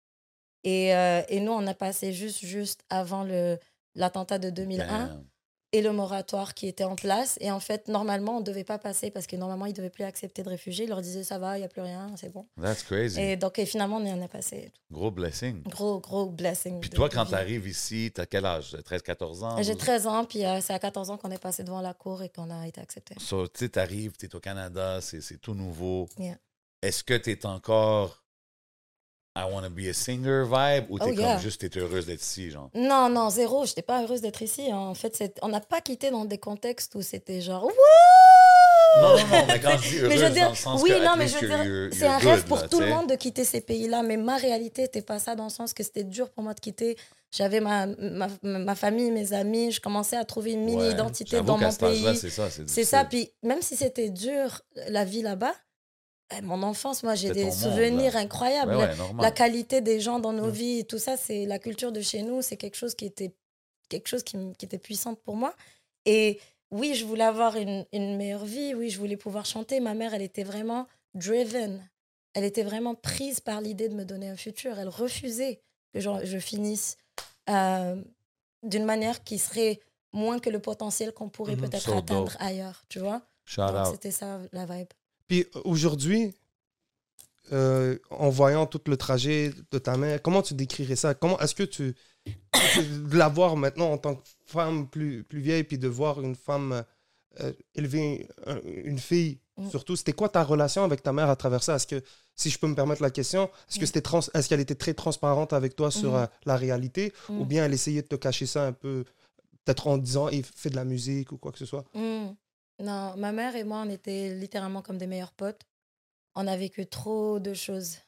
Et nous, on a passé juste avant l'attentat de 2001 Damn. et le moratoire qui était en place. Et en fait, normalement, on ne devait pas passer parce que normalement, ils ne devaient plus accepter de réfugiés. Ils leur disaient, ça va, il n'y a plus rien, c'est bon. That's crazy. Et donc, finalement, on en a passé. Gros blessing. Gros blessing. Puis de- toi, de quand vie. tu arrives ici, t'as quel âge? 13-14 ans? J'ai 12? 13 ans, puis c'est à 14 ans qu'on est passé devant la cour et qu'on a été accepté. So, tu sais, t'arrives, t'es au Canada, c'est tout nouveau. Yeah. Est-ce que t'es encore I wanna be a singer vibe ou t'es Oh, yeah. comme juste t'es heureuse d'être ici, genre? Non, zéro. Je n'étais pas heureuse d'être ici. En fait, on n'a pas quitté dans des contextes où c'était genre... Wouh! Non, mais quand je dis heureuse, Mais je veux dire, dans le sens oui, que non, at mais least je veux you're- dire, you're c'est un good, rêve pour là, tout tu le sais. monde de quitter ces pays-là. Mais ma réalité n'était pas ça, dans le sens que c'était dur pour moi de quitter. J'avais ma famille, mes amis. Je commençais à trouver une Ouais, mini-identité j'avoue dans qu'à mon cet âge-là, pays. c'est ça. C'est ça. Puis même si c'était dur, la vie là-bas, mon enfance, moi, j'ai C'était des ton monde, souvenirs là. incroyables. Ouais, normal. La qualité des gens dans nos vies, tout ça, c'est la culture de chez nous. C'est quelque chose qui était puissante pour moi. Et oui, je voulais avoir une meilleure vie. Oui, je voulais pouvoir chanter. Ma mère, elle était vraiment driven. Elle était vraiment prise par l'idée de me donner un futur. Elle refusait que je finisse d'une manière qui serait moins que le potentiel qu'on pourrait peut-être So atteindre dope. ailleurs, tu vois. Shout Donc, out. c'était ça, la vibe. Puis aujourd'hui, en voyant tout le trajet de ta mère, comment tu décrirais ça? Comment est-ce que de la voir maintenant en tant que femme plus vieille, puis de voir une femme élever une fille, surtout, c'était quoi ta relation avec ta mère à travers ça? Est-ce que, si je peux me permettre la question, est-ce qu'elle était très transparente avec toi sur la réalité, ou bien elle essayait de te cacher ça un peu, peut-être en disant, fais de la musique ou quoi que ce soit? Non, ma mère et moi, on était littéralement comme des meilleurs potes. On a vécu trop de choses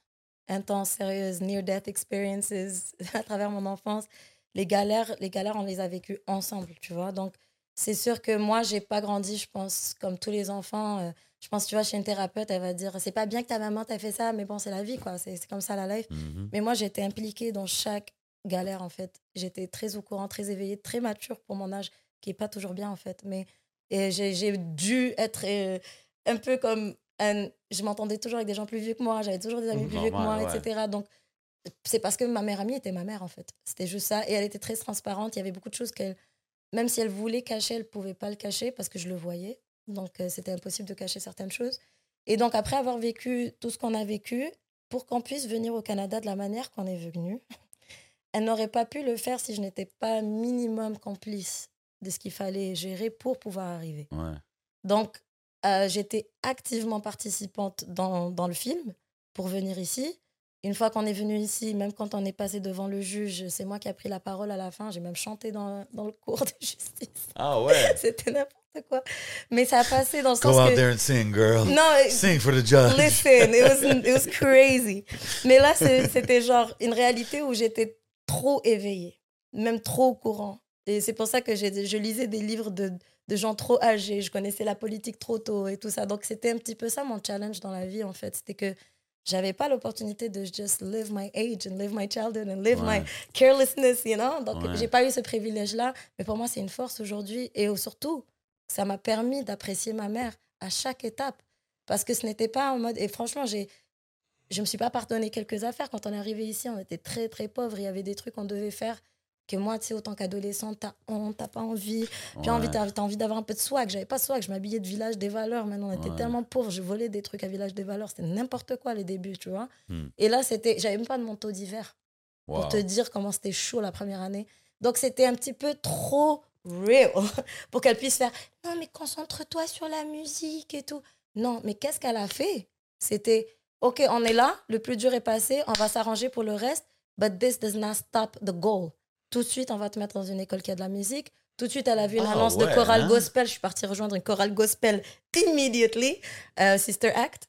intenses, sérieuses, near-death experiences à travers mon enfance. Les galères, on les a vécues ensemble, tu vois. Donc, c'est sûr que moi, j'ai pas grandi, je pense, comme tous les enfants. Je pense, tu vois, chez une thérapeute, elle va dire, c'est pas bien que ta maman t'a fait ça, mais bon, c'est la vie, quoi. C'est comme ça, la life. Mais moi, j'étais impliquée dans chaque galère, en fait. J'étais très au courant, très éveillée, très mature pour mon âge, qui est pas toujours bien, en fait. Mais j'ai dû être un peu comme... je m'entendais toujours avec des gens plus vieux que moi, j'avais toujours des amis plus vieux que moi, etc. Donc, c'est parce que ma mère amie était ma mère, en fait. C'était juste ça. Et elle était très transparente. Il y avait beaucoup de choses qu'elle... Même si elle voulait cacher, elle ne pouvait pas le cacher parce que je le voyais. Donc, c'était impossible de cacher certaines choses. Et donc, après avoir vécu tout ce qu'on a vécu, pour qu'on puisse venir au Canada de la manière qu'on est venu, elle n'aurait pas pu le faire si je n'étais pas minimum complice de ce qu'il fallait gérer pour pouvoir arriver. Ouais. Donc, j'étais activement participante dans le film pour venir ici. Une fois qu'on est venu ici, même quand on est passé devant le juge, c'est moi qui ai pris la parole à la fin. J'ai même chanté dans le cours de justice. Ah ouais? C'était n'importe quoi. Mais ça a passé dans le Go sens out que... there and sing, girl. Non, Sing for the judge. listen, it was crazy. Mais là, c'était genre une réalité où j'étais trop éveillée, même trop au courant. Et c'est pour ça que je lisais des livres de gens trop âgés. Je connaissais la politique trop tôt et tout ça. Donc, c'était un petit peu ça mon challenge dans la vie, en fait. C'était que j'avais pas l'opportunité de just live my age and live my childhood and live my carelessness, you know. Donc, j'ai pas eu ce privilège-là. Mais pour moi, c'est une force aujourd'hui. Et surtout, ça m'a permis d'apprécier ma mère à chaque étape. Parce que ce n'était pas en mode... Et franchement, je me suis pas pardonné quelques affaires. Quand on est arrivé ici, on était très, très pauvres. Il y avait des trucs qu'on devait faire que moi, tu sais, autant qu'adolescente, t'as honte, t'as pas envie. Puis t'as envie d'avoir un peu de swag. J'avais pas de swag, je m'habillais de Village des Valeurs. Maintenant, on était tellement pauvres, je volais des trucs à Village des Valeurs. C'était n'importe quoi, les débuts, tu vois. Et là, j'avais même pas de manteau d'hiver. Pour te dire comment c'était chaud la première année. Donc, c'était un petit peu trop real pour qu'elle puisse faire « Non, mais concentre-toi sur la musique et tout. » Non, mais qu'est-ce qu'elle a fait? C'était « OK, on est là, le plus dur est passé, on va s'arranger pour le reste, but this does not stop the goal. » Tout de suite, on va te mettre dans une école qui a de la musique. Tout de suite, elle a vu une annonce de chorale gospel. Je suis partie rejoindre une chorale gospel immediately. Sister Act.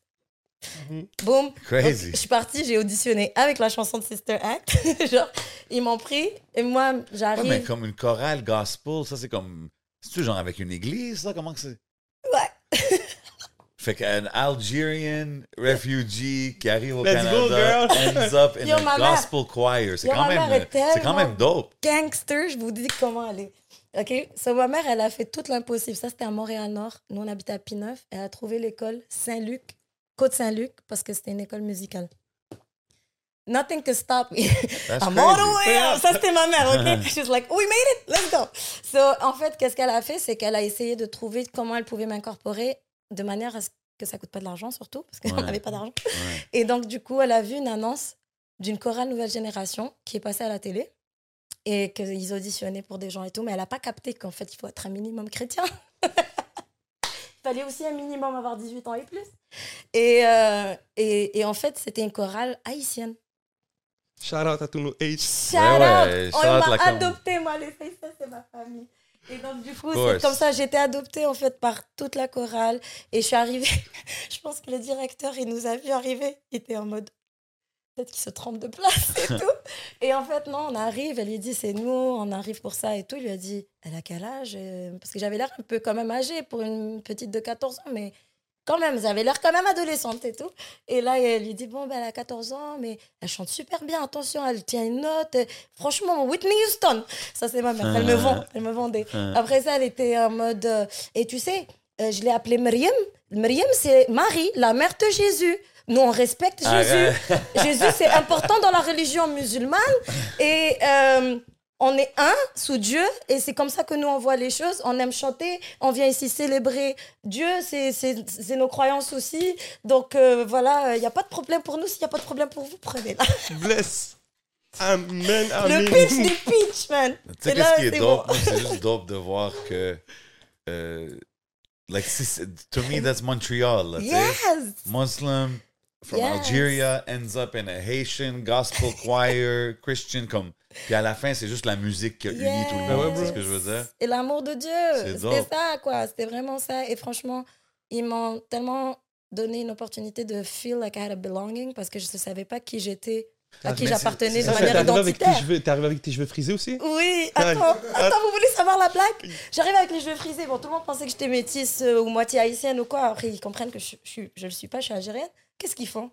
Boom. Crazy. Donc, je suis partie, j'ai auditionné avec la chanson de Sister Act. Genre, ils m'ont pris et moi, j'arrive... Ouais, mais comme une chorale gospel, ça c'est comme... C'est-tu genre avec une église, ça? Comment que c'est? Ouais. Fait qu'un Algerian refugee qui arrive au Let's Canada go, girl. ends up in Yo, a ma mère- gospel choir. C'est Yo, quand ma mère même, est c'est quand même dope. Gangster, je vous dis comment elle est. OK? So, ma mère, elle a fait tout l'impossible. Ça, c'était à Montréal-Nord. Nous, on habitait à Pineuf. Elle a trouvé l'école Saint-Luc, Côte-Saint-Luc, parce que c'était une école musicale. Nothing can stop me. That's I'm all the crazy. way up. Ça, c'était ma mère, OK? She's like, we made it, let's go. So, en fait, qu'est-ce qu'elle a fait? C'est qu'elle a essayé de trouver comment elle pouvait m'incorporer de manière à ce que ça coûte pas de l'argent, surtout, parce qu'on n'avait pas d'argent. Ouais. Et donc, du coup, elle a vu une annonce d'une chorale Nouvelle Génération qui est passée à la télé et qu'ils auditionnaient pour des gens et tout, mais elle n'a pas capté qu'en fait, il faut être un minimum chrétien. Il fallait aussi un minimum avoir 18 ans et plus. Et en fait, c'était une chorale haïtienne. Shout out à tous nos H. Shout ouais, out! shout On out m'a la com. adoptée, moi, les filles, ça, c'est ma famille. Et donc, du coup, Of c'est course. comme ça, j'ai été adoptée, en fait, par toute la chorale. Et je suis arrivée, je pense que le directeur, il nous a vu arriver. Il était en mode, peut-être qu'il se trompe de place et tout. Et en fait, non, on arrive, elle lui dit, c'est nous, on arrive pour ça et tout. Il lui a dit, elle a quel âge? Parce que j'avais l'air un peu quand même âgée pour une petite de 14 ans, mais quand même, j'avais l'air quand même adolescente et tout. Et là, elle lui dit, bon, ben, elle a 14 ans, mais elle chante super bien, attention, elle tient une note. Franchement, Whitney Houston. Ça, c'est ma mère, elle me vendait. Après ça, elle était en mode, et tu sais, je l'ai appelée Myriam. Myriam, c'est Marie, la mère de Jésus. Nous, on respecte Jésus. Jésus, c'est important dans la religion musulmane. Et on est un sous Dieu. Et c'est comme ça que nous, on voit les choses. On aime chanter. On vient ici célébrer Dieu. C'est nos croyances aussi. Donc, voilà, il n'y a pas de problème pour nous. S'il n'y a pas de problème pour vous, prenez-la. Bless. Amen, amen. Le pitch des pitch, man. Tu sais, Et là, qu'est-ce qui est c'est dope? bon. Moi, c'est juste dope de voir que... like, to me, that's Montreal. Là, tu sais. Yes! Muslim from Yes. Algeria ends up in a Haitian gospel choir, Christian, comme... Puis à la fin, c'est juste la musique qui a uni tout le monde. Yes. C'est ce que je veux dire? Et l'amour de Dieu. C'est C'était dope. ça, quoi. C'était vraiment ça. Et franchement, ils m'ont tellement donné une opportunité de feel like I had a belonging parce que je ne savais pas qui j'étais, à qui Mais j'appartenais de Ça, manière identitaire. t'es arrivé avec tes cheveux frisés aussi? Oui, attends, vous voulez savoir la blague? J'arrive avec les cheveux frisés. Bon, tout le monde pensait que j'étais métisse ou moitié haïtienne ou quoi. Après, ils comprennent que je le suis pas, je suis algérienne. Qu'est-ce qu'ils font?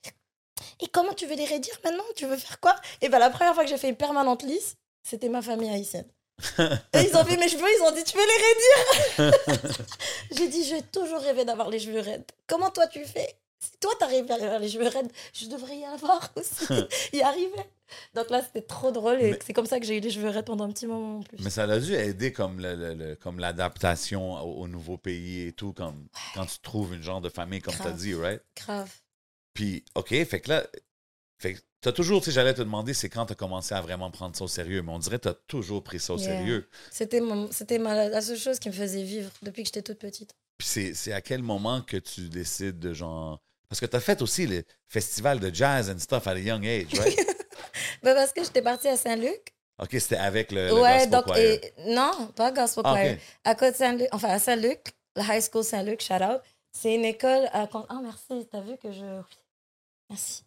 Et comment tu veux les raidir maintenant? Tu veux faire quoi? Et ben la première fois que j'ai fait une permanente lisse, c'était ma famille haïtienne. Et ils ont vu mes cheveux, ils ont dit tu veux les raidir? J'ai dit j'ai toujours rêvé d'avoir les cheveux raides. Comment toi tu fais? Si toi t'arrives à avoir les cheveux raides, je devrais y avoir aussi. Y arriver. Donc là c'était trop drôle et c'est comme ça que j'ai eu les cheveux raides pendant un petit moment en plus. Mais ça a dû aider comme comme l'adaptation au nouveau pays et tout, comme quand tu trouves une genre de famille, comme tu as Grave. dit, right? Grave. Puis, OK, fait que là, t'as toujours, tu sais, j'allais te demander c'est quand t'as commencé à vraiment prendre ça au sérieux, mais on dirait que t'as toujours pris ça au Yeah. sérieux. C'était la seule chose qui me faisait vivre depuis que j'étais toute petite. Puis c'est à quel moment que tu décides de genre... Parce que t'as fait aussi le festival de jazz and stuff at a young age, right? Ben parce que j'étais partie à Saint-Luc. OK, c'était avec le Ouais, gospel donc, choir. non, pas Gospel Ah, Choir. ok. À côté de Saint-Luc, enfin à Saint-Luc, la High School Saint-Luc, shout out. C'est une école. Ah, merci, t'as vu que je. Merci.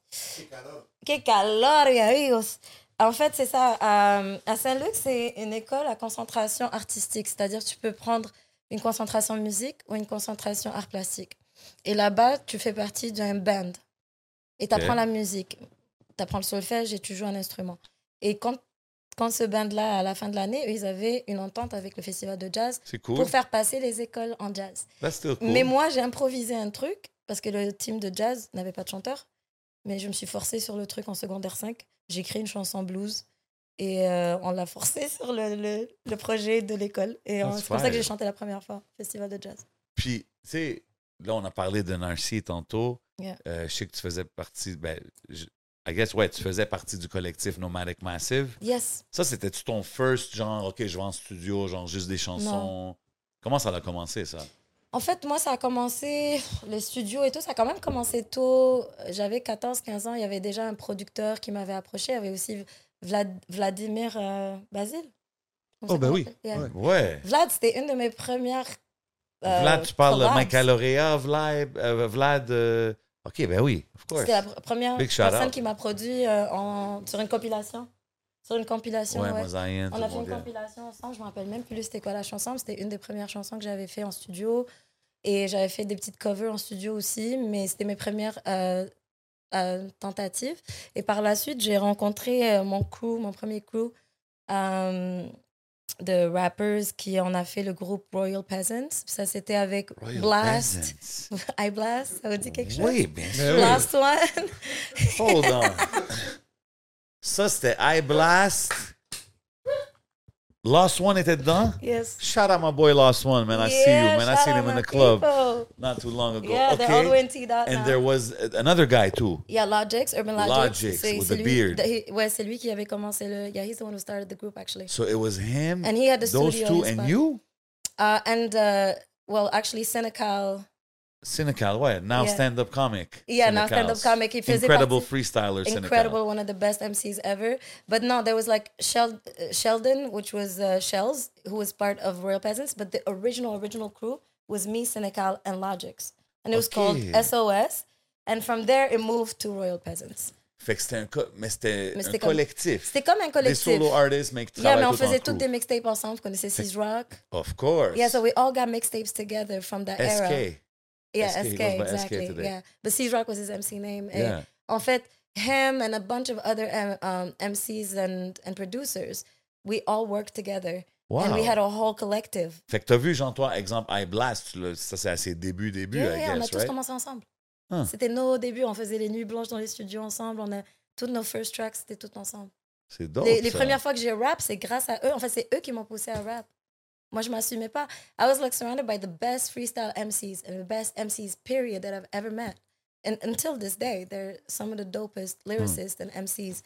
Que calor, amigos. En fait, c'est ça. À Saint-Luc, c'est une école à concentration artistique. C'est-à-dire, tu peux prendre une concentration musique ou une concentration art plastique. Et là-bas, tu fais partie d'un band. Et tu apprends la musique. Tu apprends le solfège et tu joues un instrument. Et quand ce band-là, à la fin de l'année, eux, ils avaient une entente avec le festival de jazz C'est cool. pour faire passer les écoles en jazz. That's still cool. Mais moi, j'ai improvisé un truc parce que le team de jazz n'avait pas de chanteur. Mais je me suis forcée sur le truc en secondaire 5. J'ai écrit une chanson blues et on l'a forcée sur le projet de l'école. Et That's c'est pour ça que fire. j'ai chanté la première fois au festival de jazz. Puis, tu sais, là, on a parlé de Narcy tantôt. Yeah. Je sais que tu faisais partie... I guess, ouais, tu faisais partie du collectif Nomadic Massive. Yes. Ça, c'était-tu ton first, genre, OK, je vais en studio, genre, juste des chansons? Non. Comment ça a commencé, ça? En fait, moi, ça a commencé, les studios et tout, ça a quand même commencé tôt. J'avais 14-15 ans, il y avait déjà un producteur qui m'avait approché. Il y avait aussi Vladimir Basile. Oh, ben oui. Yeah. Ouais. Ouais. Vlad, c'était une de mes premières. Vlad, tu parles de collabs. Mike Alorea, Vlad... OK, ben oui, of course. C'était la première Big shout personne out. qui m'a produit sur une compilation. Sur une compilation, Ouais, ouais. Mosaïen, On tout a le fait une monde. compilation ensemble. Je me rappelle même plus c'était quoi la chanson. C'était une des premières chansons que j'avais fait en studio. Et j'avais fait des petites covers en studio aussi. Mais c'était mes premières tentatives. Et par la suite, j'ai rencontré mon premier crew de rappers qui en a fait le groupe Royal Peasants. Ça, c'était avec Royal Blast. Peasants. I Blast, ça vous dit quelque chose? Oui, bien sûr. Ben oui. Last One. Hold on. Ça, c'était I Blast. Lost One était dedans? Yes. Shout out my boy Lost One, man. I see you, man. I shout seen out him in my the club people. not too long ago. Yeah, they're all the way Okay. in T-Dot And now. there was another guy, too. Yeah, Logix, Urban Logix. Logix, C'est with the lui- beard. Ouais, c'est lui qui avait commencé le... Yeah, he's the one who started the group, actually. So it was him, And he had the those studio two, in his and spot. you? Well, actually, Senecal... Cynical, what? Now Yeah. stand-up comic. Yeah, now Cynical. stand-up comic. He faisait Incredible partie- freestyler, Cynical. Incredible, one of the best MCs ever. But no, there was like Sheldon, which was Shells, who was part of Royal Peasants. But the original crew was me, Senecal, and Logix. And it was called Okay. SOS. And from there, it moved to Royal Peasants. Fait que c'était Mais un c'était comme- collectif. C'était comme un Des collectif. solo artists, mais qui Yeah, mais travaillent on tout en faisait crew. toutes des mixtapes ensemble. Vous connaissez Seize Rock? Of course. Yeah, so we all got mixtapes together from that era. SK. Yeah, SK, he SK, goes by SK exactly. today. Yeah, but Seize Rock was his MC name. Et Yeah. en fait, him and a bunch of other MCs and producers, we all worked together. Wow. And we had a whole collective. Fait que t'as vu, genre, toi, exemple, I Blast, ça c'est à ses débuts, Yeah, I on a guess, tous right? commencé ensemble. Huh. C'était nos débuts. On faisait les nuits blanches dans les studios ensemble. Toutes nos first tracks, c'était tout ensemble. C'est dope, Les ça. premières fois que j'ai rap, c'est grâce à eux. En fait, c'est eux qui m'ont poussé à rap. Moi, je m'assumais pas. I was like surrounded by the best freestyle MCs and the best MCs, period, that I've ever met. And until this day, they're some of the dopest lyricists and MCs.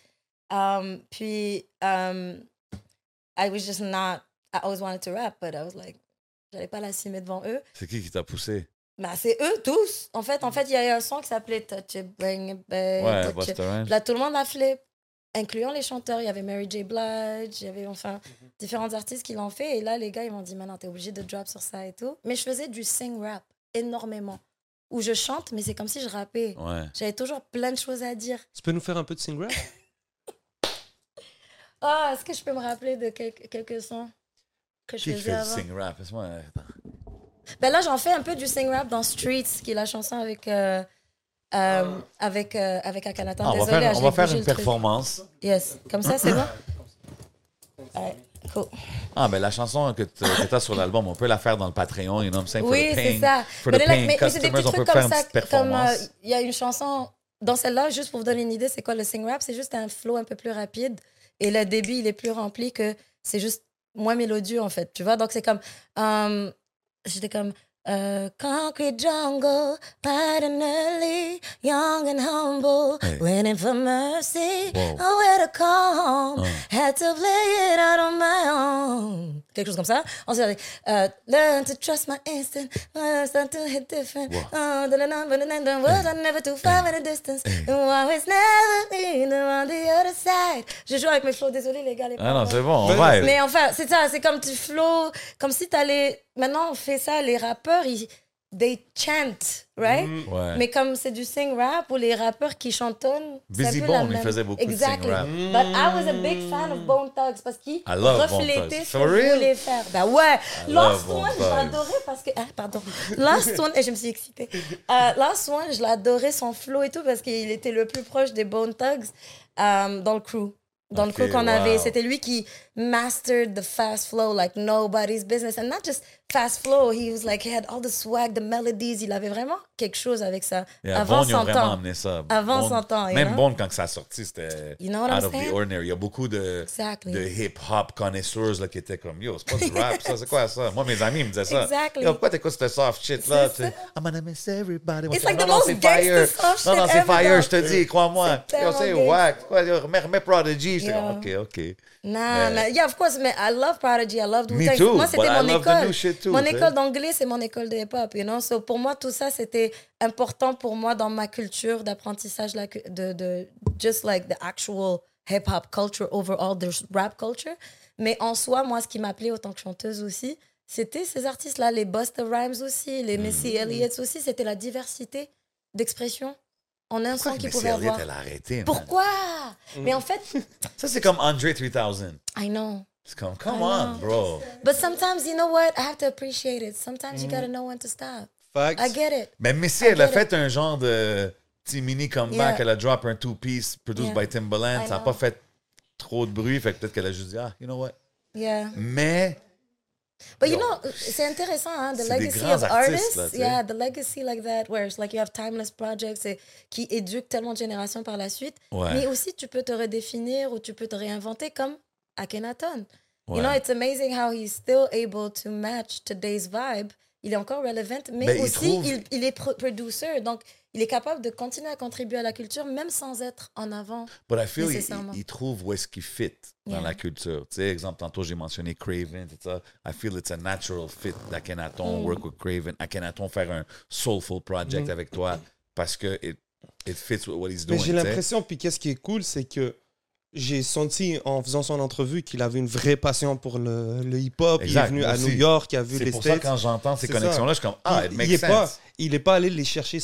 I was just not... I always wanted to rap, but I was like, j'allais pas l'assumer devant eux. C'est qui t'a poussé? Bah, c'est eux tous. En fait, il y a eu un son qui s'appelait Touch It, Bring It Back. Ouais, Touch It. Busta Rhymes. Là, tout le monde l'a flip, incluant les chanteurs. Il y avait Mary J. Blige, il y avait enfin différents artistes qui l'ont fait. Et là, les gars, ils m'ont dit, maintenant, t'es obligé de drop sur ça et tout. Mais je faisais du sing rap énormément. où je chante, mais c'est comme si je rappais. Ouais. J'avais toujours plein de choses à dire. Tu peux nous faire un peu de sing rap? Ah, est-ce que je peux me rappeler de quelques sons que je Qui faisais fait du avant? sing rap? Laisse-moi... Ben là, j'en fais un peu du sing rap dans Streets, qui est la chanson avec Akhenaton. Ah, on va Désolée, faire, je on va l'ai faire bougé une le truc. performance. Yes, comme ça, c'est bon? Ouais, cool. Ah, ben la chanson que tu as sur l'album, on peut la faire dans le Patreon, you know what I'm saying? For Oui, the c'est paying- ça. For Mais the là, paying mais c'est des customers, petits on peut trucs faire comme une ça. petite Comme performance. il y a une chanson, dans celle-là, juste pour vous donner une idée, c'est quoi le sing rap? C'est juste un flow un peu plus rapide. Et le débit, il est plus rempli que c'est juste moins mélodieux, en fait. Tu vois? Donc, c'est comme... j'étais comme... concrete jungle, bright and early, young and humble, Hey. waiting for mercy, Wow. nowhere to come, had to play it out on my own. Quelque chose comme ça. Ensuite, learn to trust my instinct, start to hit different. Was I never too far in the distance, and always never been on the other side. Je joue avec mes flows, désolé les gars, les Ah non, paroles. c'est bon, on va. Mais enfin, c'est ça, c'est comme tu flow, comme si t'allais... Maintenant, on fait ça, les rappeurs, they chant, right? Ouais. Mais comme c'est du sing rap ou les rappeurs qui chantonnent, c'est un Busy peu la Bone, il même... faisait beaucoup de Exactly. sing rap. But I was a big fan of Bone Thugs parce qu'il I love Bone reflétait Thugs. ce que For je real? voulais faire. Ben ouais, I Last love One, Bone je Thugs. l'adorais parce que... Ah, pardon. Last One, et je me suis excitée. Last One, je l'adorais, son flow et tout, parce qu'il était le plus proche des Bone Thugs dans le crew. Dans Ok, le crew qu'on avait. wow. C'était lui qui mastered the fast flow like nobody's business. And not just fast flow, he was like, he had all the swag, the melodies. Il avait vraiment quelque chose avec ça. Yeah, Avant Bone, ils ont 100 vraiment ans. amené ça. Avant Bone- 100 ans, you Même know? Bone, quand ça a sorti, c'était You know what out I'm of the saying? ordinary. Il y a beaucoup de Exactly. hip-hop connaisseurs là, qui étaient comme, yo, c'est pas du rap, ça, c'est quoi ça? Moi, mes amis ils me disaient ça. Exactly. Yo, pourquoi t'écoutes ce soft shit là? C'est ça. I'm gonna miss everybody. Moi, It's je like dis, the non, most c'est fire. gangster soft Non, non, shit c'est ever fire, done. je te dis, crois-moi. C'est Yo, c'est tellement whack. Quoi, yo, remets Prodigy. J'étais Yeah. comme, OK. Nah, nah, yeah, of course, mais I love Prodigy, I love Me Wu-Tang. too, Moi, c'était but I mon love the école. new shit too, Mon tu sais. école d'anglais, c'est mon école de hip-hop, you know? So, pour moi, tout ça, c'était important pour moi dans ma culture d'apprentissage de just like the actual hip-hop culture overall, the rap culture. Mais en soi, moi, ce qui m'appelait autant que chanteuse aussi, c'était ces artistes-là, les Busta Rhymes aussi, les Missy Elliott aussi, c'était la diversité d'expression en un son Pourquoi qu'ils Missy pouvaient avoir. Elliott, elle a arrêté, man? Pourquoi? Mais en fait, Ça, c'est comme Andre 3000. I know. C'est comme, come on, bro. But sometimes, you know what? I have to appreciate it. Sometimes you gotta know when to stop. Facts. I get it. Mais Missy, elle a get fait un genre de petit mini comeback. Yeah. Elle a drop un two-piece produced Yeah. by Timbaland. I Ça n'a know. pas fait trop de bruit. Fait que peut-être qu'elle a juste dit, you know what? Yeah. Mais, But you Yo. know, c'est intéressant, hein? The C'est des legacy grands of artistes, artists. là, tu sais. Yeah, the legacy like that, where it's like you have timeless projects qui éduquent tellement de générations par la suite. Ouais. Mais aussi, tu peux te redéfinir ou tu peux te réinventer comme Akhenaton. Ouais. You know, it's amazing how he's still able to match today's vibe. Il est encore relevant, mais Ben, il aussi, trouve- il est producer. Donc, il est capable de continuer à contribuer à la culture, même sans être en avant. but I feel Nécessairement. il trouve où est-ce qu'il fit dans Yeah. la culture. Tu sais, exemple, tantôt, j'ai mentionné Craven, tout ça. I feel it's a natural fit d'Akhenaton, Mm. work with Craven. Akhenaton faire un soulful project avec toi parce que it fits with what he's doing. Mais j'ai tu sais. l'impression, puis qu'est-ce qui est cool, c'est que j'ai senti en faisant son entrevue qu'il avait une vraie passion pour le hip-hop. Exact, Il est venu moi à aussi. New York, il a vu C'est les pour ça States. que quand j'entends ces C'est connexions-là, je suis comme, it il makes est sense. pas, il est pas allé les chercher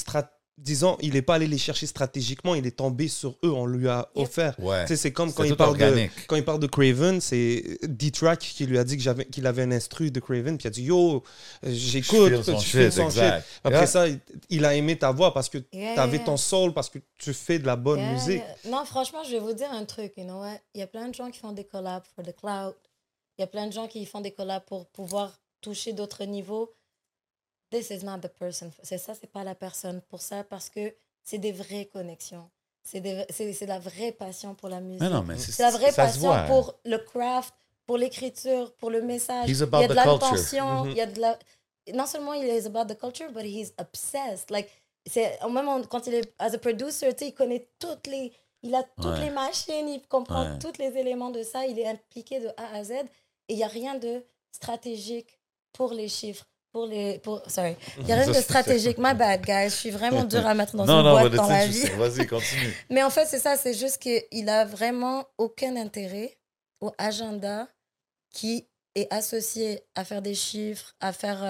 il est pas allé les chercher stratégiquement, il est tombé sur eux, on lui a offert. Ouais. Tu sais, c'est comme C'était quand il, tout parle organique. quand il parle de Craven, c'est D-Track qui lui a dit qu'il avait un instru de Craven, puis il a dit yo, j'écoute, Je feel son tu fais shit, son shit. exact. Après Yeah. ça, il a aimé ta voix parce que Yeah, tu avais yeah. ton soul, parce que tu fais de la bonne Yeah, musique. yeah. Non, franchement, je vais vous dire un truc, you know what? Il y a plein de gens qui font des collabs for the cloud. Il y a plein de gens qui font des collabs pour pouvoir toucher d'autres niveaux. This is not the person. C'est pas la personne pour ça, parce que c'est des vraies connexions. C'est de la vraie passion pour la musique. Mais non, mais C'est la vraie ça se passion voit. pour le craft, pour l'écriture, pour le message. He's Il about y a de the culture. l'intention, il y a de la... Non seulement il est about the culture, but he's obsessed. Like, même quand il est as a producer, tu sais, il connaît il a toutes Ouais. les machines, il comprend Ouais. tous les éléments de ça, il est impliqué de A à Z, et il n'y a rien de stratégique pour les chiffres. Sorry. Il n'y a rien de stratégique. My bad, guys. Je suis vraiment dure à mettre dans une boîte dans la vie. Vas-y, continue. Mais en fait, c'est ça. C'est juste qu'il a vraiment aucun intérêt au agenda qui est associé à faire des chiffres, à faire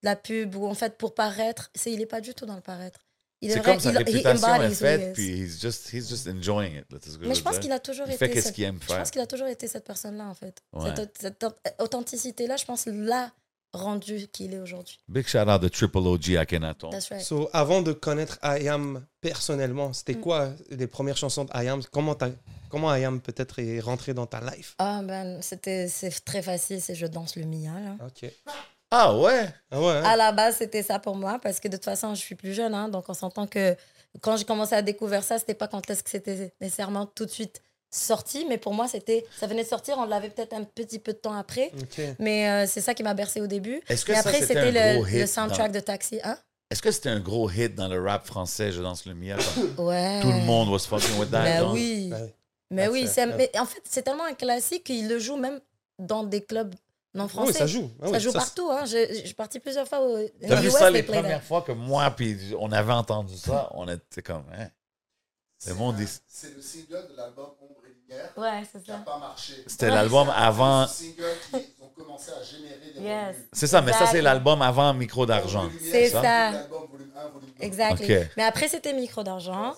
la pub ou en fait pour paraître. Il est pas du tout dans le paraître. C'est comme sa réputation est embodies who he faite, is. puis he's just enjoying it. là, c'est ce que Mais veux je pense dire. qu'il a toujours Il été. fait qu'est-ce qu'il aime Je faire. pense qu'il a toujours été cette personne-là, en fait. Ouais. Cette authenticité-là, je pense, l'a rendu qui il est aujourd'hui. Big shout out de Triple OG à Kenaton. That's right. So, avant de connaître IAM personnellement, c'était quoi les premières chansons d'IAM? Comment IAM peut-être est rentré dans ta life? Ah, c'est très facile, c'est Je danse le Mia, là. Ok. Ah ouais? Ah ouais, hein? À la base, c'était ça pour moi, parce que de toute façon, je suis plus jeune, hein, donc on s'entend que quand j'ai commencé à découvrir ça, c'était pas quand est-ce que c'était nécessairement tout de suite sorti, mais pour moi, ça venait de sortir, on l'avait peut-être un petit peu de temps après, Ok. mais c'est ça qui m'a bercé au début. Est-ce que Mais ça, après, c'était c'était un gros hit le soundtrack de Taxi, hein? Est-ce que c'était un gros hit dans le rap français, Je danse le Mia? Comme Ouais. tout le monde was fucking with that. Ben genre? oui. Ouais. Mais Ah, oui, c'est- mais en fait, c'est tellement un classique qu'il le joue même dans des clubs non français. Oui, ça joue. Ah Ça oui, joue partout. Hein. Je suis partie plusieurs fois au T'as vu US, ça les they play that. premières fois que moi puis on avait entendu ça, on était comme, hein? Le monde dit... C'est le single de l'album Ombre et Lumière Ouais, c'est qui n'a ça. pas marché. C'était l'album avant... C'est le single qui ont commencé à générer des Yes. revenus. C'est ça, mais ça, c'est Exact. l'album avant Micro d'argent. Ombre et Lumière, C'est ça. ça. L'album volume 1, volume 2. Exactly. Ok. Mais après, c'était Micro d'argent.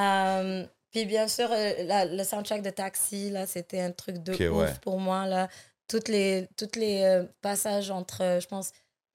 Puis bien sûr, le soundtrack de Taxi, là, c'était un truc de Ok, ouf ouais. pour moi. Là. Toutes les passages entre, je pense,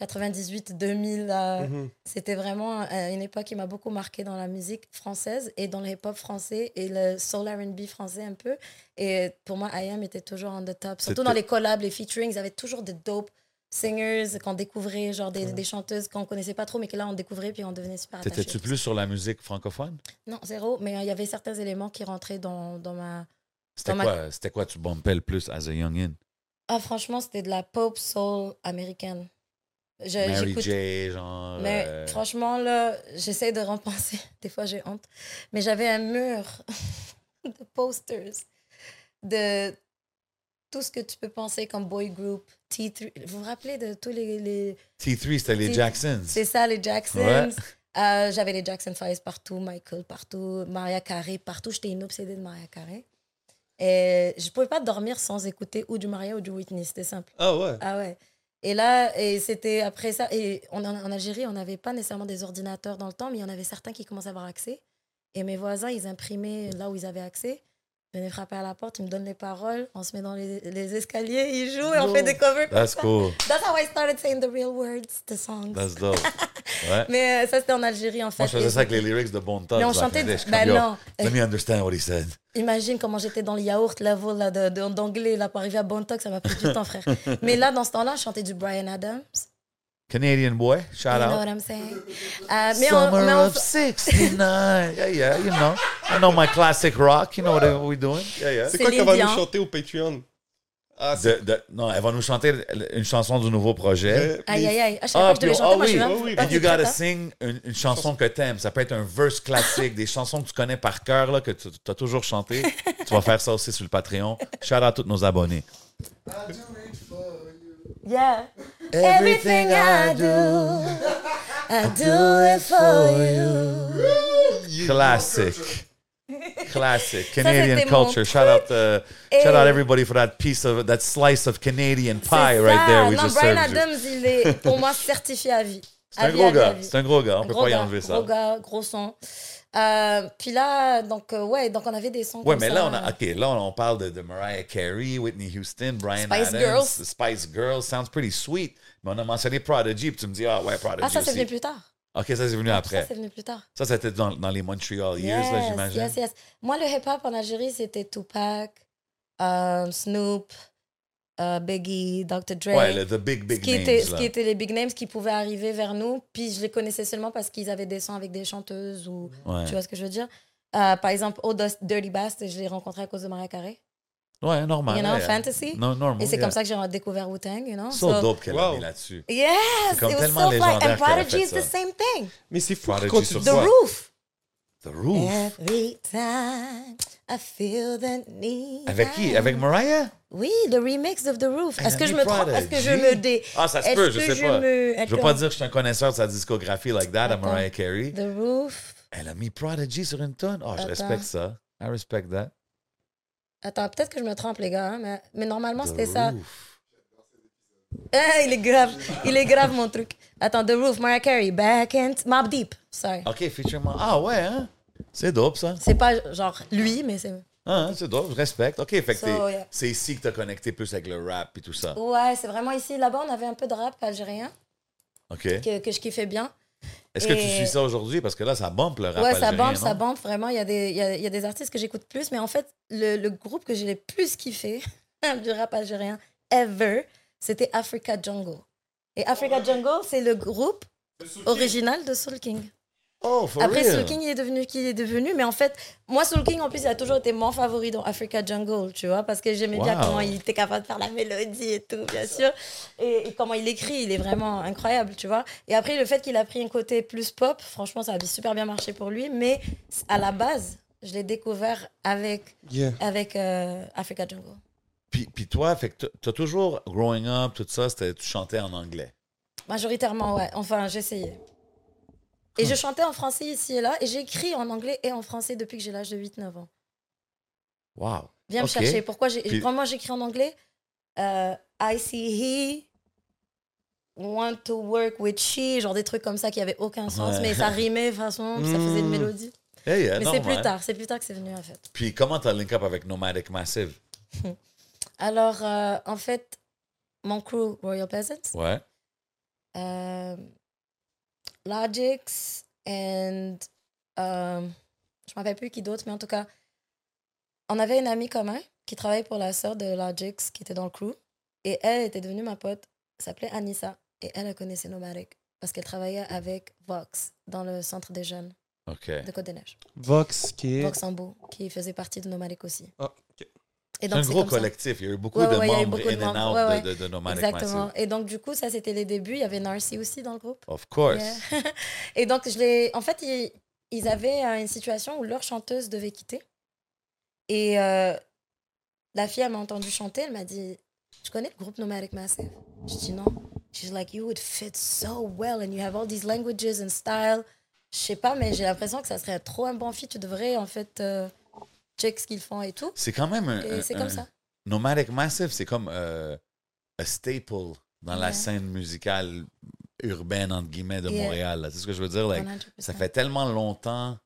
98 2000, Mhm. c'était vraiment une époque qui m'a beaucoup marqué dans la musique française et dans le hip-hop français et le soul R&B français un peu. Et pour moi, IAM était toujours on the top. Surtout C'était- dans les collabs, les featurings, ils avaient toujours des dope singers qu'on découvrait, genre des chanteuses qu'on connaissait pas trop, mais que là, on découvrait puis on devenait super attachés. T'étais-tu plus sur la musique francophone? Non, zéro. Mais il y avait certains éléments qui rentraient dans ma... C'était quoi tu bumpais le plus as a youngin? Ah, franchement, c'était de la pop soul américaine. Mary J'écoute... J, genre... Mais franchement, là, j'essaie de repenser. Des fois, j'ai honte. Mais j'avais un mur de posters de tout ce que tu peux penser comme boy group, T3. Vous vous rappelez de tous les... T3, c'était les T- Jacksons. C'est ça, les Jacksons. Ouais. J'avais les Jackson 5 partout, Michael partout, Mariah Carey partout. J'étais une obsédée de Mariah Carey. Et je pouvais pas dormir sans écouter ou du Mariah ou du Whitney. C'était simple. Ah ouais. Ah ouais. Et là, et c'était après ça. Et en Algérie, on n'avait pas nécessairement des ordinateurs dans le temps, mais il y en avait certains qui commençaient à avoir accès. Et mes voisins, ils imprimaient là où ils avaient accès. Ils venaient frapper à la porte, ils me donnent les paroles, on se met dans les escaliers, ils jouent et on fait des covers. comme That's ça. cool. That's how I started saying the real words, the songs. That's dope. Ouais. Mais ça, c'était en Algérie, en fait. Moi, je faisais Et ça avec les lyrics de Bone Thugs. Mais on back in chantait... the day. Je suis Ben comme, yo, non. Let me understand what he said. Imagine comment j'étais dans le yaourt level là, d'anglais là, pour arriver à Bon Talk, ça m'a pris du temps, frère. Mais là, dans ce temps-là, je chantais du Bryan Adams. Canadian boy, shout You know out. what I'm saying? Summer of 69. Yeah, you know. I know my classic rock. You know what we're doing. Yeah. C'est C'est quoi qu'elle va nous l'Indien. chanter au Patreon? Ah, c'est... Non, elle va nous chanter une chanson du nouveau projet. Aïe, aïe, aïe. Ah, je savais pas que je devais chanter. Moi, je suis oui. même oui. pas And you prête, gotta hein. sing une chanson que t'aimes. Ça peut être un verse classique, des chansons que tu connais par cœur, là, que tu as toujours chanté. Tu vas faire ça aussi sur le Patreon. Shout out à tous nos abonnés. I do it for you. Yeah. Everything I do, I do it for you. Classic. Classic. Canadian c'était mon culture. Shout out, Et- shout out everybody for that slice of Canadian pie C'est right ça. there. We Non, just Bryan served you. Adams, il est pour moi certifié à vie. C'est un gros gars. C'est un gros gars. On peut pas y enlever ça. Gros gars, gros son. Puis là, donc, donc on avait des sons Ouais, comme mais ça. là, on parle de Mariah Carey, Whitney Houston, Bryan Spice Adams, Girls. The Spice Girls. Sounds pretty sweet. Mais on a mentionné Prodigy, puis tu me dis, ah ouais, Prodigy Ah, ça, c'est aussi. venu plus tard. OK, ça, c'est venu Ça, après. c'est venu plus tard. Ça, c'était dans les Montreal Years, là, j'imagine. Yes. Moi, le hip-hop en Algérie, c'était Tupac, Snoop, Biggie, Dr. Dre. Ouais, the big ce qui names, était, là. ce qui était les big names qui pouvaient arriver vers nous. Puis je les connaissais seulement parce qu'ils avaient des sons avec des chanteuses ou Ouais. tu vois ce que je veux dire. Par exemple, Dirty Bastard, je l'ai rencontré à cause de Mariah Carey. Ouais, normal. You know, ouais. Fantasy. Non, normal. Et c'est yeah. comme ça que j'ai découvert Wu-Tang, you know. So dope qu'elle a Wow. mis là-dessus. Yes, C'est comme it was tellement so fly. légendaire And qu'elle a Prodigy fait is the ça. same thing. Mais c'est fou Prodigy quand tu sur dis... The quoi? Roof. The Roof. Every time I feel the need. Avec qui? Avec Mariah? Oui, le remix of The Roof. Elle Est-ce a que je mis me trompe? Est-ce que je Prodigy. me dé... Ah, ça se Est-ce peut, je que sais pas. me- Je veux pas dire que je suis un connaisseur de sa discographie like that à Attends. Mariah Carey. The Roof. Elle a mis Prodigy sur une tonne. Oh, je Attends. respecte ça. I respect that. Attends, peut-être que je me trompe, les gars, hein, mais normalement, The c'était ça. Roof. Il est grave mon truc. Attends, The Roof, Mariah Carey, Back and Mobb Deep. Sorry. OK, feature moi. Ah ouais, hein? C'est dope, ça. C'est pas genre lui, mais c'est... Ah, c'est dope, je respecte. OK, fait que Yeah. c'est ici que t'as connecté plus avec le rap et tout ça. Ouais, c'est vraiment ici. Là-bas, on avait un peu de rap algérien OK. que je kiffais bien. Est-ce que tu suis ça aujourd'hui? Parce que là, ça bump le rap Ouais, algérien, ça non? bump, vraiment. Il y a des artistes que j'écoute plus, mais en fait, le groupe que j'ai le plus kiffé du rap algérien ever, c'était Africa Jungle. Et Africa Jungle, c'est le groupe original de Soul King. Oh, for Après, real? Soul King, il est devenu qui il est devenu. Mais en fait, moi, Soul King, en plus, il a toujours été mon favori dans Africa Jungle, tu vois, parce que j'aimais bien Wow. comment il était capable de faire la mélodie et tout, bien sûr. Et comment il écrit, il est vraiment incroyable, tu vois. Et après, le fait qu'il a pris un côté plus pop, franchement, ça a super bien marché pour lui. Mais à la base, je l'ai découvert avec Africa Jungle. Puis toi, fait que t'as toujours, growing up, tout ça, tu chantais en anglais. Majoritairement, ouais. Enfin, j'essayais. Et je chantais en français ici et là. Et j'écris en anglais et en français depuis que j'ai l'âge de 8-9 ans. Wow. Viens me OK. chercher. Puis- Comment j'écris en anglais? I see he want to work with she. Genre des trucs comme ça qui n'avaient aucun sens. Ouais. Mais ça rimait de façon, ça faisait une mélodie. Hey, Mais normal. c'est plus tard que c'est venu en fait. Puis comment t'as link up avec Nomadic Massive? Alors, en fait, mon crew, Royal Peasants, Ouais. Logix and je ne me rappelle plus qui d'autre, mais en tout cas, on avait une amie commun qui travaillait pour la sœur de Logix qui était dans le crew. Et elle était devenue ma pote. Elle s'appelait Anissa. Et elle connaissait Nomadic parce qu'elle travaillait avec Vox dans le centre des jeunes OK. de Côte-des-Neiges. Vox qui est. Vox Ambo, qui faisait partie de Nomadic aussi. Ah, ok. Et C'est un gros comme ça. collectif. Il y a eu beaucoup Ouais, de ouais, il y a eu membres beaucoup de in and membres. out Ouais, ouais. de Nomadic Exactement. Massive. Et donc, du coup, ça, c'était les débuts. Il y avait Narcy aussi dans le groupe. Of course. Yeah. Et donc, en fait, ils avaient une situation où leur chanteuse devait quitter. Et la fille, elle m'a entendu chanter. Elle m'a dit, tu connais le groupe Nomadic Massive? Je dis non. She's like, you would fit so well and you have all these languages and style. Je sais pas, mais j'ai l'impression que ça serait trop un bon fit. Tu devrais, en fait, check ce qu'ils font et tout. C'est quand même Et c'est comme ça. Nomadic Massive, c'est comme un staple dans la Yeah. scène musicale urbaine, entre guillemets, de Yeah. Montréal. là. C'est ce que je veux dire? Like, 100%. ça fait tellement longtemps.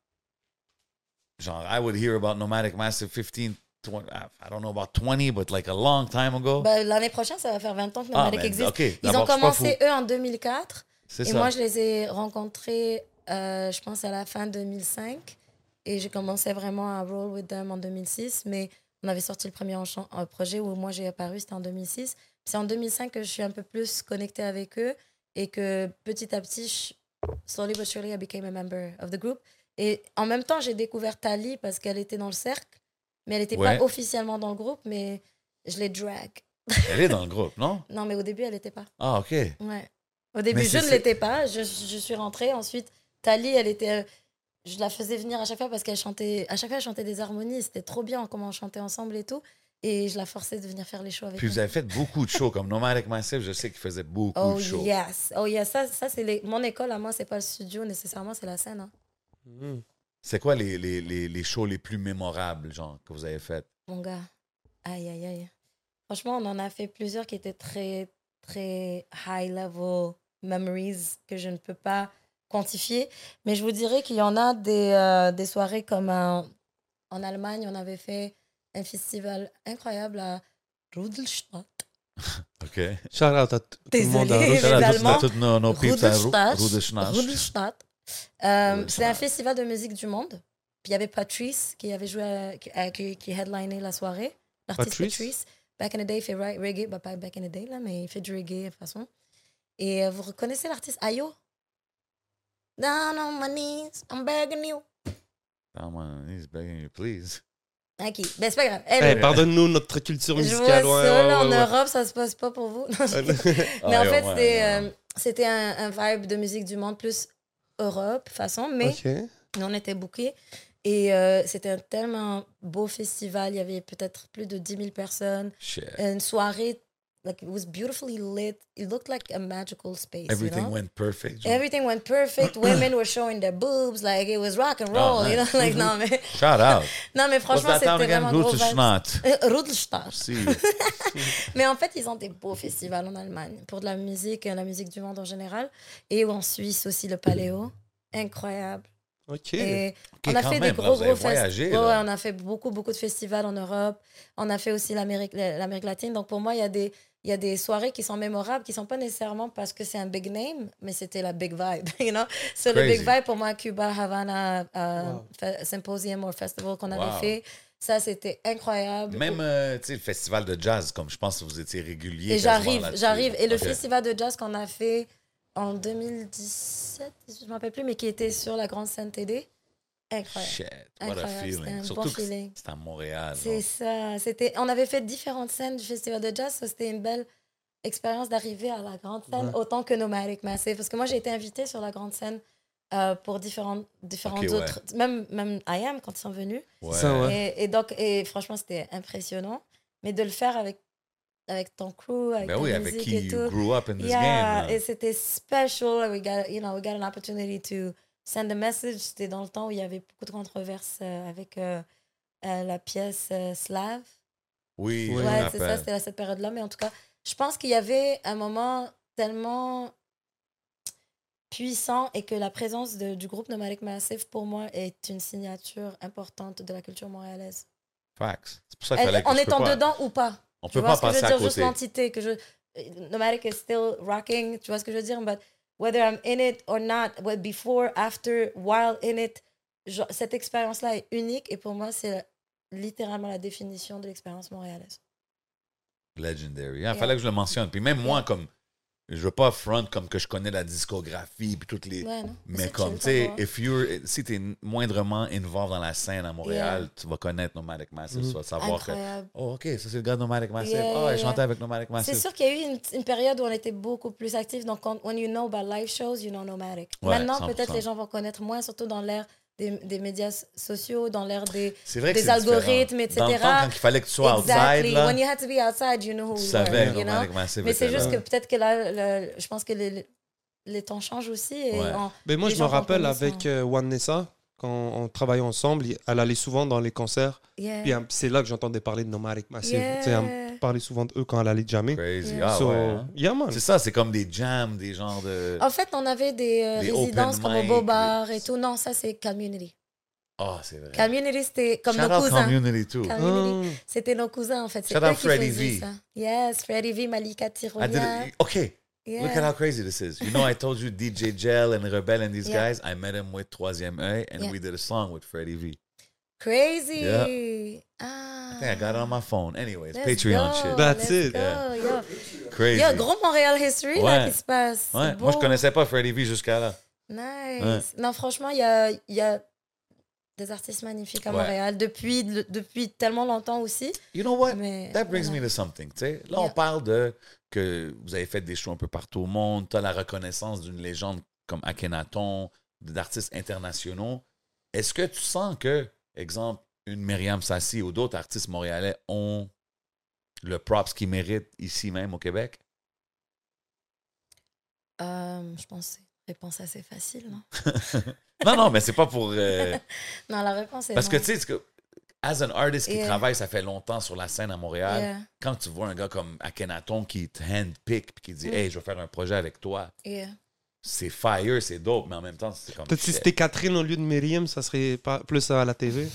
Genre, I would hear about Nomadic Massive 15, 20, I don't know about 20, but like a long time ago. Ben, l'année prochaine, ça va faire 20 ans que Ah, Nomadic mais existe. OK. Ils D'abord, ont je suis pas commencé, fou. eux, en 2004. C'est Et ça. moi, je les ai rencontrés, je pense, à la fin 2005. Et j'ai commencé vraiment à roll with them en 2006. Mais on avait sorti le premier projet où moi j'ai apparu, c'était en 2006. C'est en 2005 que je suis un peu plus connectée avec eux. Et que petit à petit, slowly but surely, I became a member of the group. Et en même temps, j'ai découvert Tali parce qu'elle était dans le cercle. Mais elle n'était Ouais. pas officiellement dans le groupe, mais je l'ai drag. Elle est dans le groupe, non? Non, mais au début, elle n'était pas. Ah, OK. Ouais. Au début, je ne l'étais pas. Je suis rentrée. Ensuite, Tali, elle était. Je la faisais venir à chaque fois parce qu'elle chantait. À chaque fois, elle chantait des harmonies. C'était trop bien comment on chantait ensemble et tout. Et je la forçais de venir faire les shows avec Puis nous. vous avez fait beaucoup de shows, comme Nomadic Massive, je sais qu'ils faisaient beaucoup Oh de shows. yes. Oh yes. Ça c'est mon école à moi, c'est pas le studio nécessairement, c'est la scène. Hein. Mhm. C'est quoi les shows les plus mémorables, genre, que vous avez fait? Mon gars. Aïe, aïe, aïe. Franchement, on en a fait plusieurs qui étaient très, très high level memories que je ne peux pas quantifier. Mais je vous dirais qu'il y en a des soirées comme en Allemagne, on avait fait un festival incroyable à Rudolstadt. OK. Shout out à tout le monde. Désolée, à Shout out à Allemands. tous nos peeps à Rudolstadt. Rudolstadt. Rudolstadt. C'est un festival de musique du monde. Puis il y avait Patrice qui avait joué, qui headlinait la soirée. L'artiste Patrice. Back in the day, il fait reggae. Bah, pas back in the day, là, mais il fait du reggae de toute façon. Et vous reconnaissez l'artiste Ayo? Down on my knees, I'm begging you. Down on my knees, begging you, please. Ok, ben c'est pas grave. Hey, pardonne-nous notre culture Je vois musicale. ça, là, en Europe, ça se passe pas pour vous. Mais en fait, c'était un vibe de musique du monde plus Europe, façon, mais Ok. nous, on était bookés. Et c'était un tellement beau festival. Il y avait peut-être plus de 10 000 personnes. Shit. Une soirée like it was beautifully lit. It looked like a magical space. Everything you know? went perfect. genre. Everything went perfect. Women were showing their boobs. Like, it was rock and roll, nice. you know? Like, non, mais, Shout out. non, mais What's franchement, that c'était town again? vraiment gros vibes. Rudelstadt. Rudelstadt. See. Mais en fait, ils ont des beaux festivals en Allemagne pour de la musique du monde en général. Et en Suisse aussi, le Paléo. Incroyable. OK. Et Ok, on a quand fait même, des là, gros vous avez festivals. voyagé, Ouais, là. on a fait beaucoup de festivals en Europe. On a fait aussi l'Amérique latine. Donc pour moi, il y a des soirées qui sont mémorables, qui sont pas nécessairement parce que c'est un big name, mais c'était la big vibe. You know? So le big Crazy. vibe, pour moi, Cuba, Havana, Symposium or Festival qu'on avait Wow. fait, ça, c'était incroyable. Même, tu sais, le festival de jazz, comme je pense que vous étiez régulier. Et quasiment là-dessus. j'arrive. Et le Ok. festival de jazz qu'on a fait en 2017, je ne me rappelle plus, mais qui était sur la grande scène TD. Incroyable. Shit, what a Incroyable, c'était feeling. un Surtout bon que feeling. c'est à Montréal. C'est ça. On avait fait différentes scènes du festival de jazz. Ça, c'était une belle expérience d'arriver à la grande scène autant que Nomadic Massive. Parce que moi, j'ai été invitée sur la grande scène pour différentes Ok, ouais. autres... Même I Am, quand ils sont venus. Ouais. Ça, ouais. Et franchement, c'était impressionnant. Mais de le faire avec ton crew, avec Ben ta oui, avec musique qui et you tout. grew up in this Yeah, game. là. et c'était special. We got an opportunity to send a message. C'était dans le temps où il y avait beaucoup de controverses avec la pièce Slave. Oui, je me Ouais, c'est ça, rappelle. c'était à cette période-là. Mais en tout cas, je pense qu'il y avait un moment tellement puissant et que la présence du groupe Nomadic Massive, pour moi, est une signature importante de la culture montréalaise. Facts. C'est pour ça qu'il fallait que En je peux étant pas- dedans ou pas. On Tu peut vois pas ce que je passer veux à dire, juste côté. l'entité Nomadic is still rocking, tu vois ce que je veux dire, but whether I'm in it or not, before, after, while in it, cette expérience-là est unique et pour moi, c'est littéralement la définition de l'expérience montréalaise. Legendary. Il Yeah. fallait que je le mentionne. Puis même moi, comme je veux pas front comme que je connais la discographie puis toutes les. Ouais, non? Mais C'est comme, chill, tu sais, ça va. si tu es moindrement involved dans la scène à Montréal, tu vas connaître Nomadic Massive. Tu vas savoir que, Incroyable. oh, OK, ça c'est le gars de Nomadic Massive. Yeah, Oh, yeah, il chantait yeah. avec Nomadic Massive. C'est sûr qu'il y a eu une période où on était beaucoup plus actifs. Donc, when you know about live shows, you know Nomadic. Ouais, Maintenant, 100%. peut-être les gens vont connaître moins, surtout dans l'ère des médias sociaux, dans l'ère des C'est vrai que des c'est algorithmes, différent. etc. Dans le temps, quand il fallait que tu sois Exactly. outside, là, When you had to be outside, you know who tu you savais were, que you know? Nomadic Massive Mais c'est était juste là. que peut-être que là, je pense que les temps changent aussi. Et Ouais. Mais moi, les je me gens vont rappelle connaître avec ça. Vanessa, quand on travaillait ensemble, elle allait souvent dans les concerts. Yeah. Puis c'est là que j'entendais parler de Nomadic Massive. Yeah. Tu sais, elle me parlait souvent d'eux quand elle allait jammer. Crazy. Yeah. Ah So, ouais. hein. yeah, man. C'est ça, c'est comme des jams, des genres de. En fait, on avait des Des résidences open comme au mic, Beau Bar des- et tout. Non, ça, c'est Community. Ah, c'est vrai. Community, c'était comme Shout nos out cousins. Community too. Community, Ah. c'était nos cousins, en fait. C'est Shout eux out qui Freddie faisaient V. ça. Yes, Freddie V, Malika I did Tironia. it. Okay. Yeah. Look at how crazy this is. You know, I told you DJ Gel and Rebel and these Yeah. guys. I met him with Troisième Œil, and Yeah. we did a song with Freddie V. Crazy. Yeah. Ah. I think I got it on my phone. Anyways, Let's Patreon go, shit. That's let's it. go, Yeah. Yo. Crazy. Yo, gros Montréal History là, Ouais. qui se passe. Ouais. C'est Moi, je beau. connaissais pas Freddie V jusqu'à là. Nice. Ouais. Non, franchement, il y a des artistes magnifiques à Ouais. Montréal depuis tellement longtemps aussi. You know what? Mais, That brings voilà. me to something. Tu sais, là, on Yeah. parle de que vous avez fait des shows un peu partout au monde. Tu as la reconnaissance d'une légende comme Akhenaton, d'artistes internationaux. Est-ce que tu sens que, exemple, une Myriam Sassi ou d'autres artistes montréalais ont le props qu'ils méritent ici même au Québec? Je pense que c'est une réponse assez facile, non? Non, mais c'est pas pour... Non, la réponse est Parce non. que, tu sais, c'est que, as an artist qui Yeah. travaille, ça fait longtemps sur la scène à Montréal, Yeah, quand tu vois un gars comme Akhenaton qui te handpick puis qui dit « Hey, je vais faire un projet avec toi », yeah. c'est fire, c'est dope, mais en même temps, c'est comme... Peut-être si shit. c'était Catherine au lieu de Myriam, ça serait pas plus à la TV.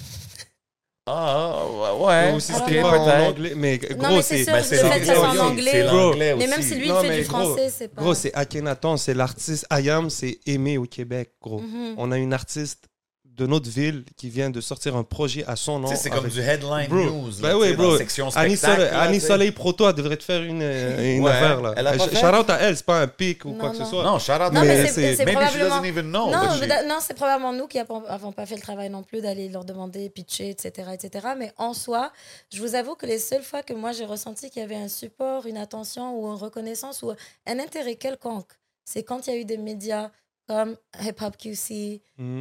Ouais, Ou si ok, c'était pas en peut-être. anglais. Mais Non, gros, mais c'est sûr, Ben, le c'est fait que ça soit l'anglais en aussi, anglais. c'est l'anglais Mais même aussi. si lui, Non, il fait mais du gros, français, c'est pas... Gros, c'est Akhenaton, c'est l'artiste. Ayam, c'est aimé au Québec, gros. Mhm. On a une artiste de notre ville qui vient de sortir un projet à son nom. Tu sais, c'est comme avec- du headline Bro, news. ben là, oui, tu sais, bro. dans la section Annie spectacle. Soleil, là, Annie tu sais. Soleil Proto, elle devrait te faire une Ouais, affaire, là. elle a pas fait? Shout out à elle, c'est pas un pic ou Non, quoi que ce non. soit. Non, shout out Non, to mais her. c'est Maybe she probablement... doesn't even know. Non, but non, c'est probablement nous qui n'avons pas fait le travail non plus d'aller leur demander, pitcher, etc., etc. Mais en soi, je vous avoue que les seules fois que moi j'ai ressenti qu'il y avait un support, une attention ou une reconnaissance ou un intérêt quelconque, c'est quand il y a eu des médias comme Hip Hop QC, Mhm.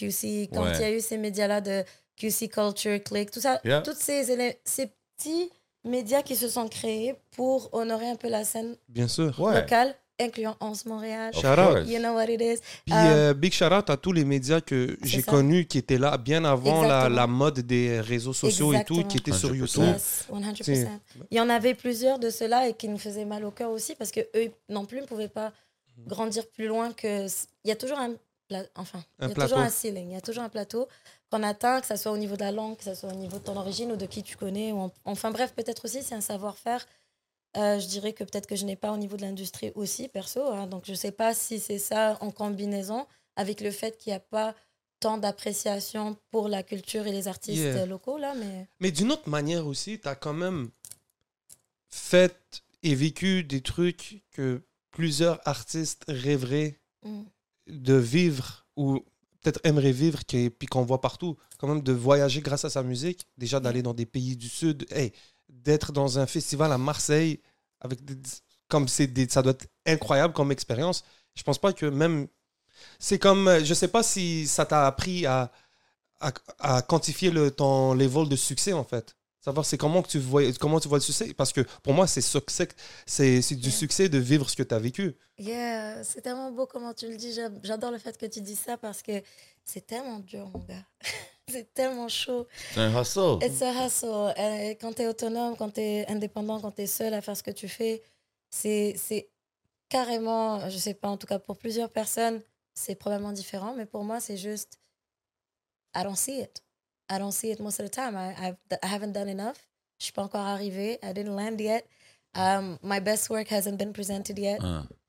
HHQC, quand Ouais. il y a eu ces médias-là de QC Culture, Click, tout ça, Yeah. tous ces petits médias qui se sont créés pour honorer un peu la scène Bien sûr. locale, incluant Once Montréal. Of Shout out. course. You know what it is. Puis big shout out à tous les médias que j'ai ça. connus qui étaient là bien avant Exactement. la mode des réseaux sociaux et tout, qui étaient sur 100%. YouTube. Yes, 100%. Il y en avait plusieurs de ceux-là et qui nous faisaient mal au cœur aussi parce que eux non plus ne pouvaient pas grandir plus loin que. Il y a toujours il y a plateau. toujours un ceiling, il y a toujours un plateau qu'on atteint, que ce soit au niveau de la langue, que ce soit au niveau de ton origine ou de qui tu connais. Enfin bref, peut-être aussi c'est un savoir-faire. Je dirais que peut-être que je n'ai pas au niveau de l'industrie aussi, perso. Hein, donc je ne sais pas si c'est ça en combinaison avec le fait qu'il n'y a pas tant d'appréciation pour la culture et les artistes Yeah. locaux là, mais. Mais d'une autre manière aussi, tu as quand même fait et vécu des trucs que plusieurs artistes rêveraient Mm. de vivre ou peut-être aimeraient vivre, puis qu'on voit partout. Quand même de voyager grâce à sa musique, déjà d'aller dans des pays du Sud, hey, d'être dans un festival à Marseille, avec comme ça doit être incroyable comme expérience. Je pense pas que même... C'est comme... Je sais pas si ça t'a appris à quantifier ton level de succès, en fait. Savoir c'est comment tu vois le succès. Parce que pour moi, c'est du succès de vivre ce que tu as vécu. Yeah, c'est tellement beau comment tu le dis. J'adore le fait que tu dis ça parce que c'est tellement dur, mon gars. C'est tellement chaud. C'est un hustle. It's a hustle. Quand tu es autonome, quand tu es indépendant, quand tu es seul à faire ce que tu fais, c'est carrément, je sais pas, en tout cas pour plusieurs personnes, c'est probablement différent, mais pour moi, c'est juste, I don't see it. I don't see it most of the time. I haven't done enough. Je suis pas encore arrivée. I didn't land yet. My best work hasn't been presented yet.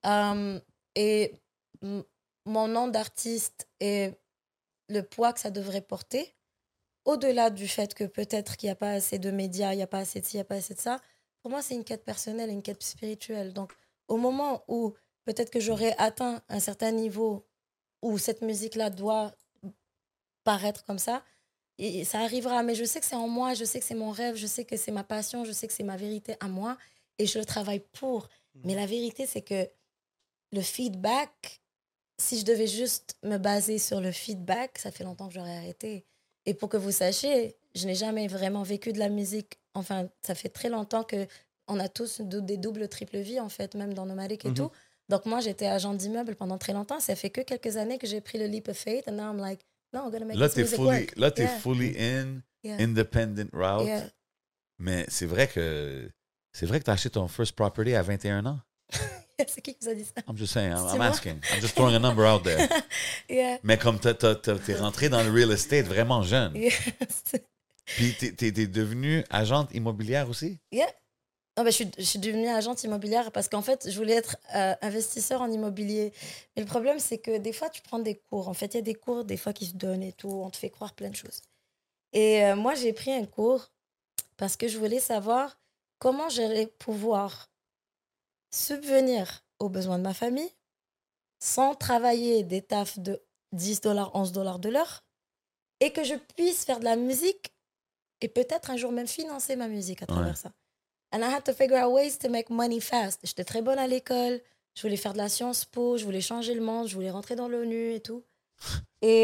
Et mon nom d'artiste et le poids que ça devrait porter, au-delà du fait que peut-être qu'il n'y a pas assez de médias, il n'y a pas assez de ci, il n'y a pas assez de ça, pour moi, c'est une quête personnelle, une quête spirituelle. Donc, au moment où peut-être que j'aurai atteint un certain niveau où cette musique-là doit paraître comme ça, et ça arrivera. Mais je sais que c'est en moi, je sais que c'est mon rêve, je sais que c'est ma passion, je sais que c'est ma vérité à moi et je le travaille pour. Mais la vérité, c'est que le feedback, si je devais juste me baser sur le feedback, ça fait longtemps que j'aurais arrêté. Et pour que vous sachiez, je n'ai jamais vraiment vécu de la musique. Enfin, ça fait très longtemps qu'on a tous des doubles, triples vies, en fait, même dans Nomadic et tout. Donc moi, j'étais agent d'immeuble pendant très longtemps. Ça fait que quelques années que j'ai pris le leap of faith. And now I'm like, no, I'm gonna make Là, this music work. là, t'es Yeah. fully in, Yeah. independent route. Yeah. Mais c'est vrai que t'as acheté ton first property à 21 ans. C'est qui vous a dit ça? I'm just saying, C'est I'm moi? asking. I'm just throwing a number out there. Yeah. Mais comme t'es rentré dans le real estate vraiment jeune. Yeah. Puis t'es devenue agente immobilière aussi? Yeah. Non, ben, je suis devenue agente immobilière parce qu'en fait, je voulais être investisseur en immobilier. Mais le problème, c'est que des fois, tu prends des cours. En fait, il y a des cours, des fois, qui se donnent et tout. On te fait croire plein de choses. Et moi, j'ai pris un cours parce que je voulais savoir comment j'allais pouvoir subvenir aux besoins de ma famille sans travailler des tafs de $10, $11 de l'heure et que je puisse faire de la musique et peut-être un jour même financer ma musique à travers ça. And I had to figure out ways to make money fast. J'étais très bonne à l'école. Je voulais faire de la Sciences Po. Je voulais changer le monde. Je voulais rentrer dans l'ONU et tout. Et,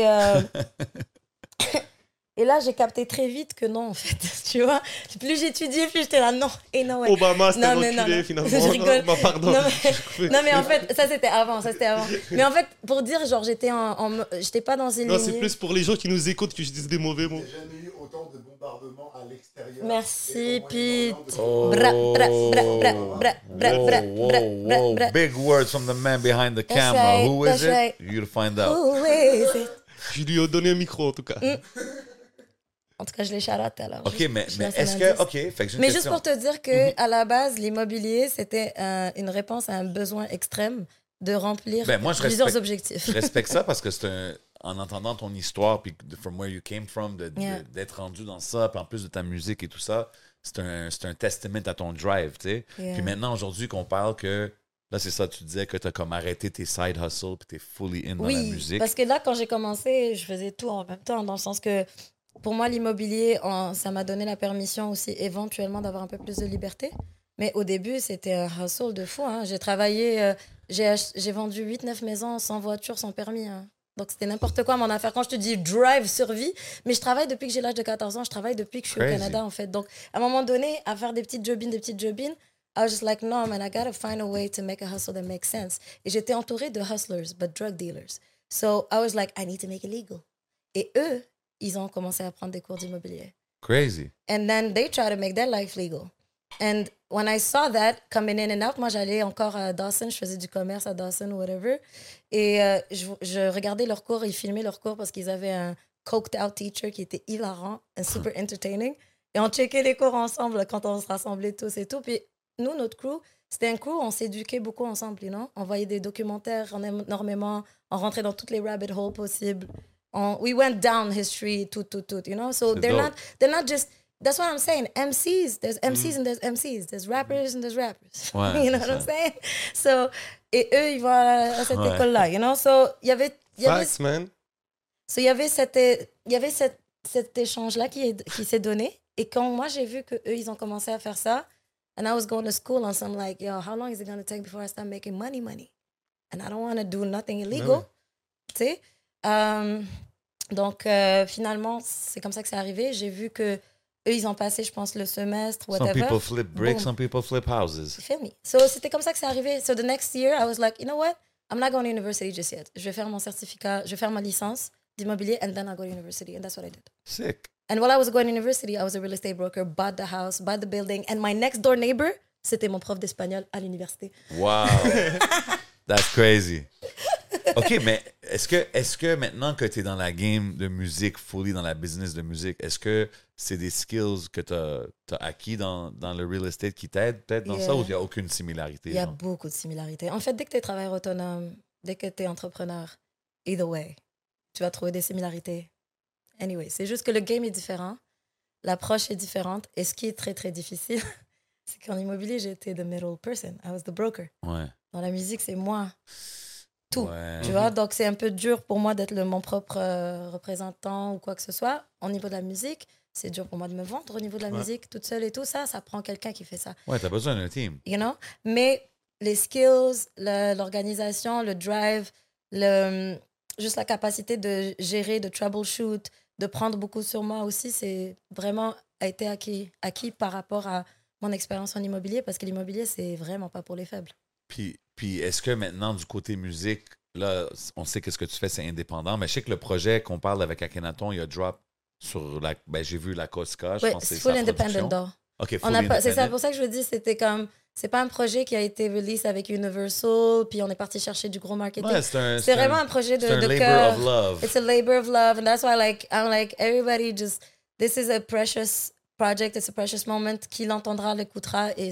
et là, j'ai capté très vite que non, en fait. Tu vois, plus j'étudiais, plus j'étais là, non. Et non, ouais. Obama, c'était Non, mais enculé, non. finalement. Je rigole. Non, pardon. Non, non, mais en fait, ça, c'était avant. Mais en fait, pour dire, genre, j'étais j'étais pas dans une Non, c'est lignée. plus pour les gens qui nous écoutent que je dise des mauvais mots. J'ai jamais eu autant de bombardements à l'extérieur. Merci, Et au Moyen-Orient Pete. de- Oh. Bra, bra, bra, bra, bra, bra, bra, bra, Whoa. bra. Big words from the man behind the That's camera. right, Who is that's it? right. You'll find out. Who is it? Je lui ai donné un micro, en tout cas. En tout cas, je l'ai shout-out alors. OK, Juste- mais je laisse est-ce un que... indice. OK, fait que j'ai une Mais question. juste pour te dire que à la base, l'immobilier, c'était une réponse à un besoin extrême de remplir Ben, moi, je plusieurs respecte- objectifs. Je respecte ça parce que c'est en entendant ton histoire, puis from where you came from, Yeah. d'être rendu dans ça, puis en plus de ta musique et tout ça, c'est un testament à ton drive, tu sais. Yeah. Puis maintenant, aujourd'hui, qu'on parle que, là, c'est ça, tu disais que tu as comme arrêté tes side hustles, puis tu es fully in dans la Oui, musique. parce que là, quand j'ai commencé, je faisais tout en même temps, dans le sens que pour moi, l'immobilier, ça m'a donné la permission aussi éventuellement d'avoir un peu plus de liberté. Mais au début, c'était un hustle de fou. Hein. J'ai travaillé, j'ai vendu 8-9 maisons sans voiture, sans permis. Hein. Donc, c'était n'importe quoi mon affaire. Quand je te dis drive, survie, mais je travaille depuis que j'ai l'âge de 14 ans. Je travaille depuis que je suis Crazy. au Canada, en fait. Donc, à un moment donné, à faire des petites jobines, I was just like, no, man, I gotta find a way to make a hustle that makes sense. Et j'étais entourée de hustlers, but drug dealers. So, I was like, I need to make it legal. Et eux, ils ont commencé à prendre des cours d'immobilier. Crazy. And then they try to make their life legal. And when I saw that coming in and out, moi, j'allais encore à Dawson, je faisais du commerce à Dawson ou whatever. Et je regardais leurs cours, ils filmaient leurs cours parce qu'ils avaient un coked out teacher qui était hilarant et super entertaining. Et on checkait les cours ensemble quand on se rassemblait tous et tout. Puis nous, notre crew, c'était un crew, on s'éduquait beaucoup ensemble, you know? On voyait des documentaires énormément, on rentrait dans toutes les rabbit holes possibles. We went down history, tout, you know? So they're not just... That's what I'm saying. MCs, there's MCs and there's MCs. There's rappers and there's rappers. Ouais, you know what I'm saying? So, et eux, ils vont à cette école-là, you know? So, il y avait Facts, man. So, il y avait cet échange-là qui s'est donné. Et quand moi, j'ai vu qu'eux, ils ont commencé à faire ça, and I was going to school, and so I'm like, yo, how long is it going to take before I start making money? And I don't want to do nothing illegal. Tu sais? Donc, finalement, c'est comme ça que c'est arrivé. J'ai vu que eux, ils ont passé, je pense, le semestre, whatever. Some people flip bricks, Boom. some people flip houses. You feel me? So, c'était comme ça que c'est arrivé. So, the next year, I was like, you know what? I'm not going to university just yet. Je vais faire mon certificat, je vais faire ma licence d'immobilier, and then I'll go to university. And that's what I did. Sick. And while I was going to university, I was a real estate broker, bought the house, bought the building, and my next door neighbor, c'était mon prof d'espagnol à l'université. Wow. That's crazy. OK, mais est-ce que maintenant que tu es dans la game de musique, fully dans la business de musique, est-ce que c'est des skills que tu as acquis dans le real estate qui t'aident peut-être dans ça ou il n'y a aucune similarité? Il y a genre? beaucoup de similarités. En fait, dès que tu es travailleur autonome, dès que tu es entrepreneur, either way, tu vas trouver des similarités. Anyway, c'est juste que le game est différent, l'approche est différente, et ce qui est très, très difficile, c'est qu'en immobilier, j'étais the middle person. I was the broker. Ouais. Dans la musique, c'est moi. Tout. Ouais. Tu vois, donc c'est un peu dur pour moi d'être mon propre représentant ou quoi que ce soit. Au niveau de la musique, c'est dur pour moi de me vendre au niveau de la musique toute seule et tout ça. Ça prend quelqu'un qui fait ça. Ouais, t'as besoin d'un team. You know? Mais les skills, l'organisation, le drive, juste la capacité de gérer, de troubleshoot, de prendre beaucoup sur moi aussi, c'est vraiment a été acquis par rapport à mon expérience en immobilier parce que l'immobilier, c'est vraiment pas pour les faibles. Puis est-ce que maintenant, du côté musique, là, on sait que ce que tu fais, c'est indépendant, mais je sais que le projet qu'on parle avec Akhenaton, il y a drop sur la... Ben, j'ai vu la Cosca, je Oui, pense que c'est c'est full sa independent, production. though. OK, full C'est ça independent. pour ça que je veux dire, c'était comme... C'est pas un projet qui a été release avec Universal, puis on est parti chercher du gros marketing. Ouais, c'est vraiment un projet de labor cœur. of love. It's a labor of love, and that's why I'm like, everybody just... This is a precious project, it's a precious moment. Qui l'entendra, l'écoutera et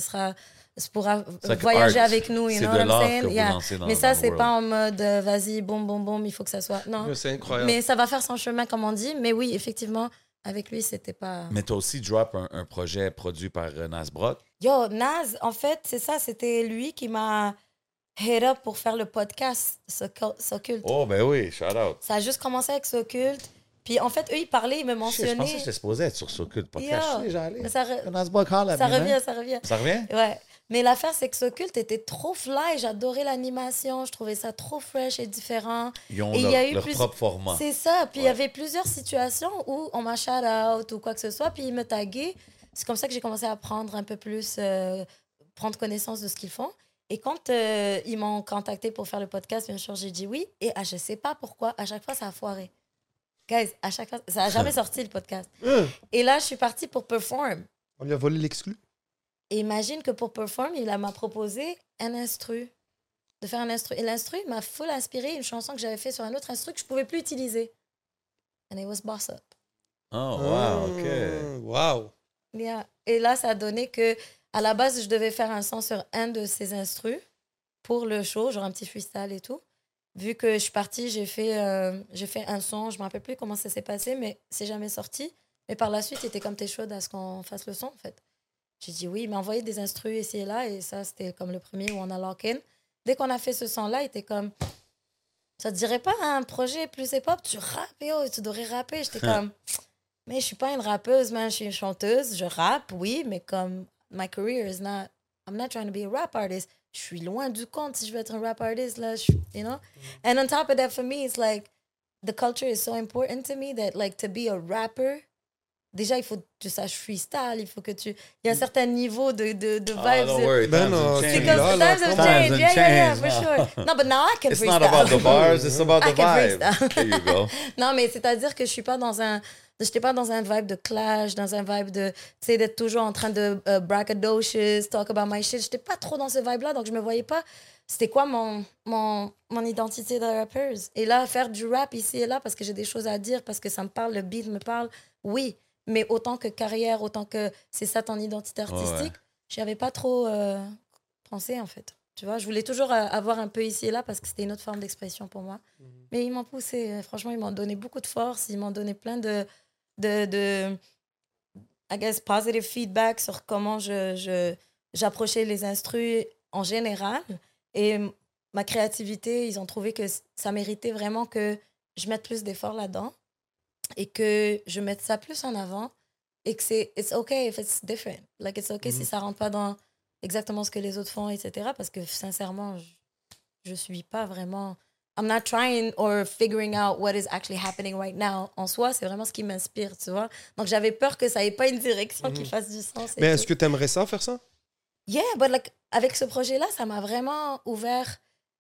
pourra C'est voyager art. avec nous, you C'est know de what I'm l'art saying? que vous lancez dans- Mais ça, dans c'est le pas world. en mode vas-y, boum, il faut que ça soit... Non. C'est incroyable. Mais ça va faire son chemin, comme on dit. Mais oui, effectivement, avec lui, c'était pas... Mais t'as aussi drop un projet produit par Nas Brock. Yo, Naz, en fait, c'est ça, c'était lui qui m'a hit up pour faire le podcast S'Occulte. Oh, ben oui, shout out. Ça a juste commencé avec S'Occulte. Puis en fait, eux, ils parlaient, ils me Je mentionnaient. pensais que j'étais supposé être sur S'Occulte podcast. Yo, Je suis déjà allé. mais ça Nas Brock Hall, ça revient. Ça revient? Ouais. Mais l'affaire, c'est que S'Occulte était trop fly. J'adorais l'animation. Je trouvais ça trop fresh et différent. Ils ont Et il y a eu leur plus- propre format. C'est ça. Puis il y Ouais. avait plusieurs situations où on m'a shout-out ou quoi que ce soit. Puis ils me taguaient. C'est comme ça que j'ai commencé à apprendre un peu plus, prendre connaissance de ce qu'ils font. Et quand ils m'ont contacté pour faire le podcast, bien sûr, j'ai dit oui. Et je sais pas pourquoi, à chaque fois, ça a foiré. Guys, à chaque fois, ça n'a jamais sorti le podcast. Et là, je suis partie pour Perform. On lui a volé l'exclu. Et imagine que pour Perform, il m'a proposé un instru. De faire un instru. Et l'instru m'a full inspiré une chanson que j'avais fait sur un autre instru que je pouvais plus utiliser. And it was Boss Up. Oh, wow, OK. Wow. Yeah. Et là, ça a donné que, à la base, je devais faire un son sur un de ces instrus pour le show, genre un petit freestyle et tout. Vu que je suis partie, j'ai fait un son, je me rappelle plus comment ça s'est passé, mais c'est jamais sorti. Mais par la suite, il était comme t'es chaude à ce qu'on fasse le son, en fait. J'ai dit oui, il m'a envoyé des instrus ici et là, et ça, c'était comme le premier où on a lock-in. Dès qu'on a fait ce son-là, il était comme, ça te dirait pas un projet plus hip-hop, tu rappes, yo, tu devrais rapper. J'étais comme, mais je suis pas une rappeuse, man, je suis une chanteuse, je rappe, oui, mais comme, my career is not, I'm not trying to be a rap artist. Je suis loin du compte si je veux être un rap artist, là, you know? And on top of that, for me, it's like, the culture is so important to me that, like, to be a rapper, déjà, il faut que tu saches freestyle, il faut que tu... Il y a un certain niveau de vibes. don't worry, Ben times non, have c'est Because changed. là, the là, times have comment- changed. Times Yeah, have yeah, for changed. sure. No, but now I can It's freestyle. not about the bars, it's about I the can vibe. freestyle. There you go. Non, mais c'est-à-dire que je suis pas dans un... J'étais pas dans un vibe de clash, dans un vibe de... Tu sais, d'être toujours en train de braggadocious, talk about my shit. J'étais pas trop dans ce vibe-là, donc je me voyais pas... C'était quoi mon identité de rappeuse? Et là, faire du rap ici et là, parce que j'ai des choses à dire, parce que ça me parle, le beat me parle, oui. Mais autant que carrière, autant que c'est ça ton identité artistique, j'y avais pas trop pensé, en fait. Tu vois, je voulais toujours avoir un peu ici et là parce que c'était une autre forme d'expression pour moi. Mais ils m'ont poussé, franchement, ils m'ont donné beaucoup de force, ils m'ont donné plein de I guess, positive feedback sur comment j'approchais les instrus en général. Et ma créativité, ils ont trouvé que ça méritait vraiment que je mette plus d'efforts là-dedans et que je mette ça plus en avant et que it's okay if it's different. Like, it's okay si ça rentre pas dans exactement ce que les autres font, etc. Parce que, sincèrement, je suis pas vraiment... I'm not trying or figuring out what is actually happening right now. En soi, c'est vraiment ce qui m'inspire, tu vois. Donc, j'avais peur que ça ait pas une direction qui fasse du sens. Mais est-ce que tu aimerais ça, faire ça? Yeah, but like, avec ce projet-là, ça m'a vraiment ouvert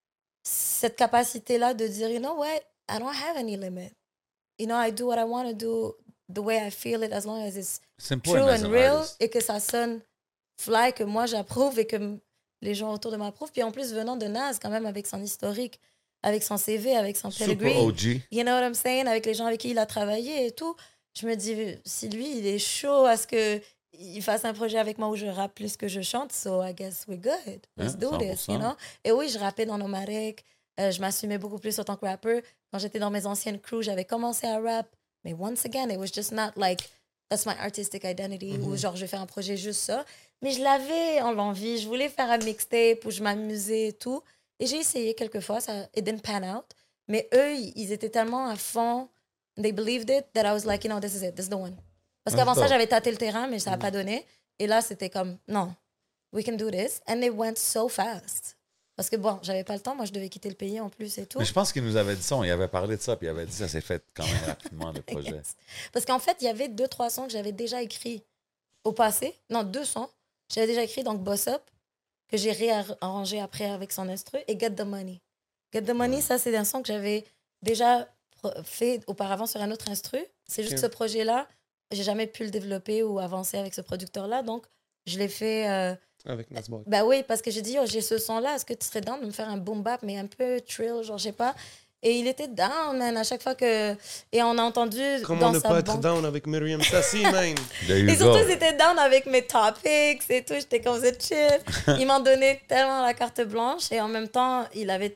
cette capacité-là de dire, you know what, I don't have any limit. You know, I do what I want to do the way I feel it, as long as it's true and real, et que ça sonne fly, que moi j'approuve et que les gens autour de moi approuvent. Puis en plus, venant de Nas, quand même, avec son historique, avec son CV, avec son pedigree. Super OG. You know what I'm saying? Avec les gens avec qui il a travaillé et tout. Je me dis, si lui, il est chaud à ce qu'il fasse un projet avec moi où je rappe plus que je chante, so I guess we're good. Let's do this, you know? Et oui, je rappais dans Nomadic. Je m'assumais beaucoup plus en tant que rapper. Quand j'étais dans mes anciennes crews, j'avais commencé à rap. Mais once again, it was just not like, that's my artistic identity, ou genre, je vais faire un projet juste ça. Mais je l'avais en l'envie. Je voulais faire un mixtape où je m'amusais et tout. Et j'ai essayé quelques fois, ça it didn't pan out. Mais eux, ils étaient tellement à fond, they believed it, that I was like, you know, this is it, this is the one. Parce qu'avant ça, j'avais tâté le terrain, mais ça n'a pas donné. Et là, c'était comme, non, we can do this. And they went so fast. Parce que bon, j'avais pas le temps, moi je devais quitter le pays en plus et tout. Mais je pense qu'il nous avait dit ça, il avait parlé de ça, puis il avait dit ça s'est fait quand même rapidement, le projet. Yes. Parce qu'en fait, il y avait 2-3 sons que j'avais déjà écrits au passé. Non, 2 sons. J'avais déjà écrit, donc Boss Up, que j'ai réarrangé après avec son instru, et Get the Money. Get the Money, ça, c'est un son que j'avais déjà fait auparavant sur un autre instru. C'est juste ce projet-là, j'ai jamais pu le développer ou avancer avec ce producteur-là, donc je l'ai fait... Avec Nasbog. Ben oui, parce que j'ai dit, oh, j'ai ce son-là, est-ce que tu serais down de me faire un boom bap, mais un peu trill, genre, je sais pas. Et il était down, man, à chaque fois que... Et on a entendu Comment dans ne sa pas être banque... down avec Myriam Sassi, man? Et surtout, c'était down avec mes topics et tout. J'étais comme, vous êtes chill. Ils m'ont donné tellement la carte blanche et en même temps, il avait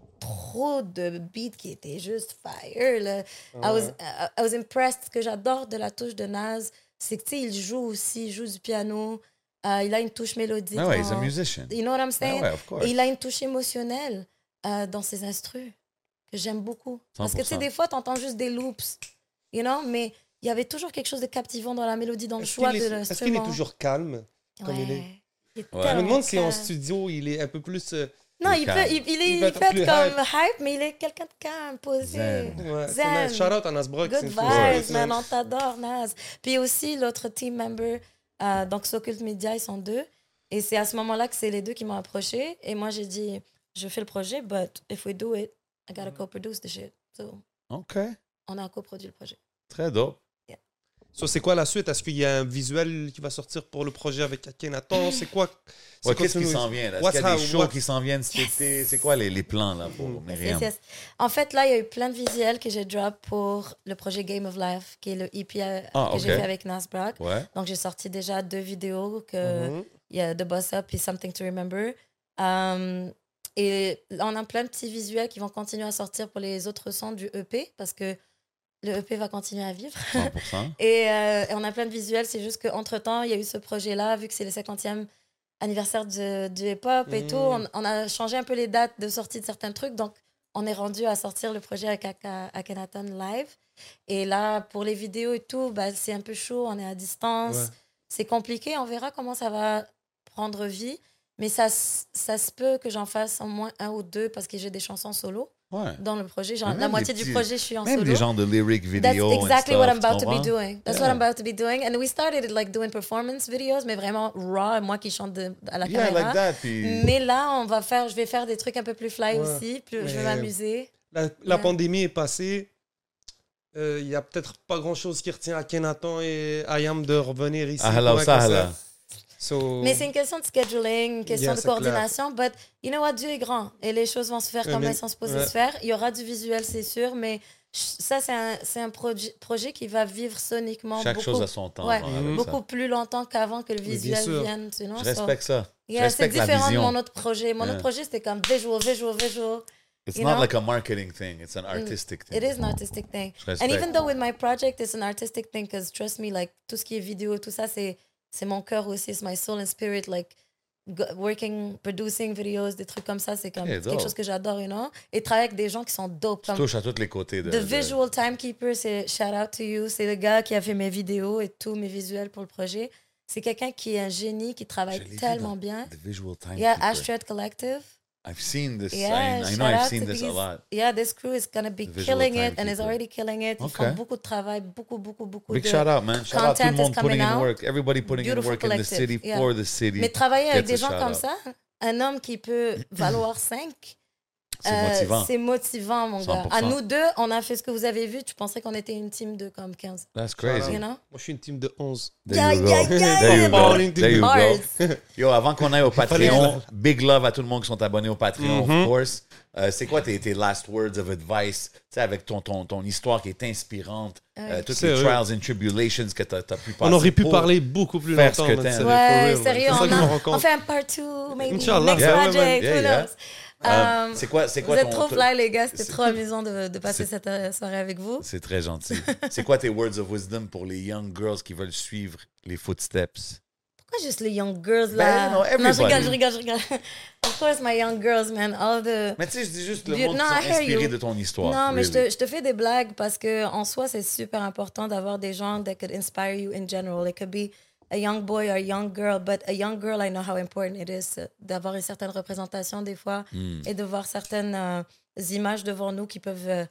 trop de beats qui étaient juste fire. Là. I was impressed. Ce que j'adore de la touche de Nas, c'est que, tu sais, il joue aussi, il joue du piano. Il a une touche mélodique. Ah ouais, he's a musician. You know what I'm saying? Ah ouais, of course. Et il a une touche émotionnelle dans ses instrus que j'aime beaucoup. Parce que, tu sais, 100%. des fois, tu entends juste des loops, you know, mais il y avait toujours quelque chose de captivant dans la mélodie, dans le choix de l'instrument. Est-ce qu'il est toujours calme comme il est? Il est Ouais. Je me demande si en calme. studio, il est un peu plus... Non, Il est calme. il Il est va être fait plus comme hype, mais il est quelqu'un de calme, posé. Zen. Ouais, c'est Zen. nice. Shout out à Nasbrook. Good c'est vibes, une fou. man. On t'adore, Nas. Puis aussi, l'autre team member, donc Socult Media, ils sont 2. Et c'est à ce moment-là que c'est les 2 qui m'ont approché. Et moi, j'ai dit, je fais le projet, but if we do it, I gotta co-produce the shit. So, OK. on a coproduit le projet. Très dope. So, c'est quoi la suite? Est-ce qu'il y a un visuel qui va sortir pour le projet avec Akhenaton? C'est quoi? Ouais, quoi qu'est-ce qui nous- s'en vient? Là? Est-ce What's qu'il y a des how- shows what- qui s'en viennent cet été? C'est quoi les plans là, pour Myriam? Yes. En fait, là, il y a eu plein de visuels que j'ai drop pour le projet Game of Life, qui est le EP que j'ai ok. fait avec Nas Brock. Ouais. Donc, j'ai sorti déjà 2 vidéos que... Mhm. Il y a The Boss Up et Something to Remember. Et on a plein de petits visuels qui vont continuer à sortir pour les autres sons du EP parce que le EP va continuer à vivre. 100%. Et on a plein de visuels. C'est juste qu'entre-temps, il y a eu ce projet-là, vu que c'est le 50e anniversaire du hip-hop et tout. On a changé un peu les dates de sortie de certains trucs. Donc, on est rendu à sortir le projet avec Akhenaton live. Et là, pour les vidéos et tout, bah, c'est un peu chaud. On est à distance. Ouais. C'est compliqué. On verra comment ça va prendre vie. Mais ça se peut que j'en fasse au moins 1 ou 2 parce que j'ai des chansons solo. Ouais. dans le projet. Genre, Même la des moitié du petits- projet, je suis en Même solo. des genres de lyric That's video exactly and what I'm stuff, about tu to be comprends? doing. That's what I'm about to be doing. And we started like doing performance videos, mais vraiment raw, moi qui chante à la Yeah, caméra. like that. Puis... Mais là, je vais faire des trucs un peu plus fly Ouais. aussi. Je vais Mais- m'amuser. La Yeah. pandémie est passée. Il y a peut-être pas grand-chose qui retient Akhenaton et Ayam de revenir ici. Ahla pour wa un sahla. concert. So, Mais c'est une question de scheduling, une question Yeah, de c'est clair. coordination. But you know what, Dieu est grand et les choses vont se faire comme mais- elles sont supposées ouais. se faire. Il y aura du visuel, c'est sûr, mais ça, c'est un projet qui va vivre soniquement Chaque beaucoup, chose à son temps. ouais, genre, avec beaucoup ça. plus longtemps qu'avant que le bien visuel sûr. vienne. Tu know? Je respecte ça. Je Yeah, c'est respecte la différent de vision. mon autre projet. Mon autre projet, c'était comme visual. It's you not know? like a marketing thing. It's an artistic thing. It is an artistic thing. Je respecte. And even though with my project, it's an artistic thing, because trust me, like, tout ce qui est vidéo, tout ça, c'est mon cœur aussi, it's my soul and spirit, like, working, producing videos, des trucs comme ça, c'est comme Hey, quelque dope. chose que j'adore, you know? Et travailler avec des gens qui sont dope. Tu Comme touches à tous les côtés de... The Visual Timekeeper, c'est shout out to you, c'est le gars qui a fait mes vidéos et tous mes visuels pour le projet. C'est quelqu'un qui est un génie, qui travaille Je l'ai vu tellement dans bien. The Visual Time. Yeah, Astrid Collective. I've seen this. Yeah, I shout know I've out seen to this a these- lot. Yeah, this crew is gonna be The Visual killing it and is Timekeeper. already killing it. Ils Okay. font beaucoup de travail, beaucoup Big de... shout out, man. Shout out tout le content is monde putting coming in out. work. Everybody putting in Beautiful work in the collective, city yeah. for the city. Mais travailler avec Gets des a gens shout comme out. ça, un homme qui peut valoir 5, C'est motivant. c'est motivant, mon gars. 100%. À nous deux, on a fait ce que vous avez vu. Tu penserais qu'on était une team de comme 15. That's crazy. You know? moi, je suis une team de 11. There Yeah, you go. yeah, yeah. There you go. Balling There you Bars. go. Yo, avant qu'on aille au Patreon, Fallait- big love à tout le monde qui sont abonnés au Patreon, of course. C'est quoi tes last words of advice, tu sais, avec ton histoire qui est inspirante, toutes les Sérieux. trials and tribulations que tu as pu passer. On aurait pu pour- parler beaucoup plus faire longtemps. ce que man, t'aimes. sérieux, Ouais, for real, sérieux, man. C'est ça que je me rends on compte. fait un part 2, maybe. Inch'Allah. Next Yeah, project, yeah, who yeah. knows? C'est quoi Vous êtes trop ton- fly, les gars. C'était c'est- trop amusant de passer cette soirée avec vous. C'est très gentil. C'est quoi tes words of wisdom pour les young girls qui veulent suivre les footsteps? Pourquoi juste les young girls, là? Ben, non, je everybody. rigole. Of course, my young girls, man. All the... Mais tu sais, je dis juste le You- monde no, qui I sont hear inspirés you. de ton histoire. Non, mais really. je te fais des blagues parce que en soi, c'est super important d'avoir des gens that could inspire you in general. It could be a young boy or a young girl, but a young girl, I know how important it is d'avoir une certaine représentation des fois et de voir certaines images devant nous qui peuvent,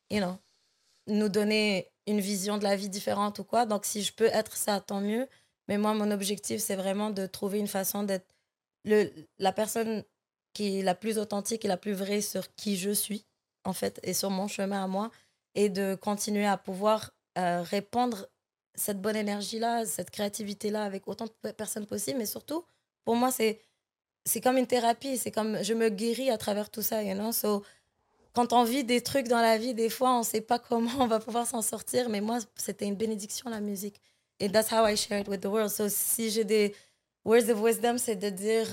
nous donner une vision de la vie différente ou quoi. Donc, si je peux être ça, tant mieux. Mais moi, mon objectif, c'est vraiment de trouver une façon d'être la personne qui est la plus authentique et la plus vraie sur qui je suis, en fait, et sur mon chemin à moi, et de continuer à pouvoir répandre cette bonne énergie-là, cette créativité-là avec autant de personnes possible. Mais surtout, pour moi, c'est comme une thérapie. C'est comme je me guéris à travers tout ça, you know? So, quand on vit des trucs dans la vie, des fois, on ne sait pas comment on va pouvoir s'en sortir. Mais moi, c'était une bénédiction, la musique. Et that's how I share it with the world. So, si j'ai des words of wisdom, c'est de dire,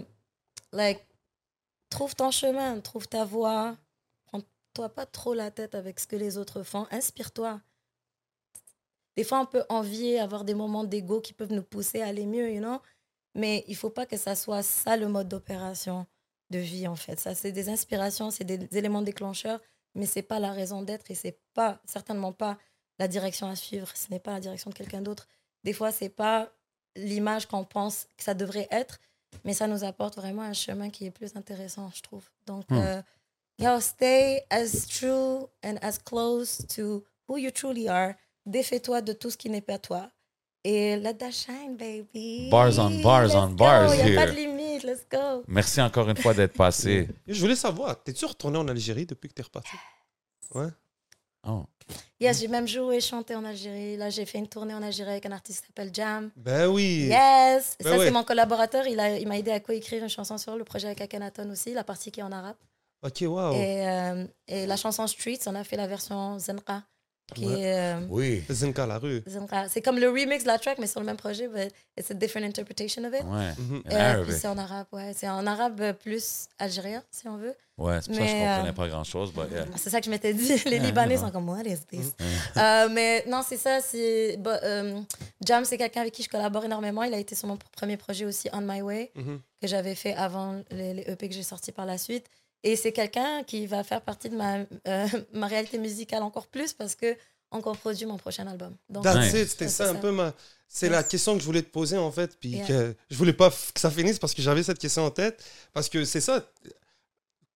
trouve ton chemin, trouve ta voie. Prends-toi pas trop la tête avec ce que les autres font. Inspire-toi. Des fois, on peut envier, avoir des moments d'ego qui peuvent nous pousser à aller mieux, you know? Mais il faut pas que ça soit ça le mode d'opération de vie, en fait. Ça, c'est des inspirations, c'est des éléments déclencheurs, mais c'est pas la raison d'être et c'est pas, certainement pas la direction à suivre. Ce n'est pas la direction de quelqu'un d'autre. Des fois, c'est pas l'image qu'on pense que ça devrait être, mais ça nous apporte vraiment un chemin qui est plus intéressant, je trouve. Donc, stay as true and as close to who you truly are. Défais-toi de tout ce qui n'est pas toi. Et let that shine, baby. Bars on bars Let's on go. bars Y a pas de here. limite, let's go. Merci encore une fois d'être passé. Je voulais savoir, t'es-tu retourné en Algérie depuis que t'es reparti? Ouais. Oh. Yes, j'ai même joué et chanté en Algérie. Là, j'ai fait une tournée en Algérie avec un artiste qui s'appelle Jam. Ben oui. Yes! Ben Ça, ouais. c'est mon collaborateur. Il m'a aidé à coécrire une chanson sur le projet avec Akhenaton aussi, la partie qui est en arabe. Ok, wow. Et la chanson Streets, on a fait la version Zenqa. Qui est, Oui. Zenka la rue. Zenqa. C'est comme le remix de la track, mais sur le même projet. But it's a different interpretation of it. Ouais. Mhm. In Arabic. Puis c'est en arabe, ouais. C'est en arabe plus algérien, si on veut. Ouais, c'est pour ça que je Mais, comprenais pas grand-chose. But yeah. C'est ça que je m'étais dit. Les Libanais sont comme, what is this? Mais non, c'est ça. Jam, c'est quelqu'un avec qui je collabore énormément. Il a été sur mon premier projet aussi, On My Way, Mhm. que j'avais fait avant les EP que j'ai sortis par la suite. Et c'est quelqu'un qui va faire partie de ma réalité musicale encore plus parce qu'on coproduit mon prochain album. Donc, That's Ouais. it, c'était C'est ça un ça. peu c'est Yes. la question que je voulais te poser en fait, puis Yeah. que je voulais pas que ça finisse parce que j'avais cette question en tête, parce que c'est ça.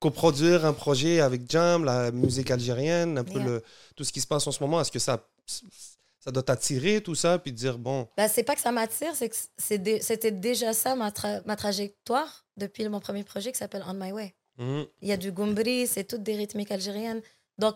coproduire un projet avec Jam, la musique algérienne, un peu Yeah. tout ce qui se passe en ce moment? Est-ce que ça doit t'attirer, tout ça, puis te dire, bon... Bah, c'est pas que ça m'attire, c'est que c'était déjà ça ma trajectoire depuis mon premier projet qui s'appelle On My Way. Mhm. Il y a du gumbri, c'est toutes des rythmiques algériennes. Donc,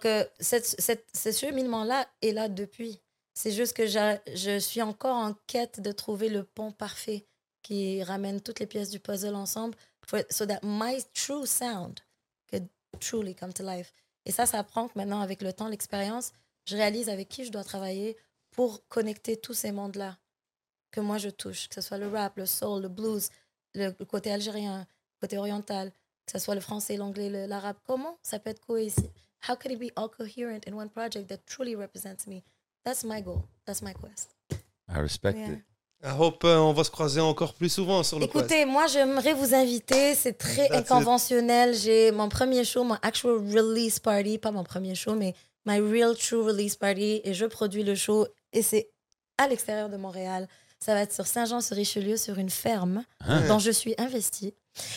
ce cheminement-là est là depuis. C'est juste que je suis encore en quête de trouver le pont parfait qui ramène toutes les pièces du puzzle ensemble so that my true sound could truly come to life. Et ça prend que maintenant, avec le temps, l'expérience, je réalise avec qui je dois travailler pour connecter tous ces mondes-là que moi je touche, que ce soit le rap, le soul, le blues, le côté algérien, le côté oriental, que ce soit le français, l'anglais, l'arabe. Comment ça peut être cohésif? How could it be all coherent in one project that truly represents me? That's my goal. That's my quest. I respect Yeah. it. I hope on va se croiser encore plus souvent sur le Écoutez, moi, j'aimerais vous inviter. C'est très That's inconventionnel. J'ai mon premier show, mon actual release party. Pas mon premier show, mais my real true release party. Et je produis le show. Et c'est à l'extérieur de Montréal. Ça va être sur Saint-Jean-sur-Richelieu, sur une ferme dont je suis investie.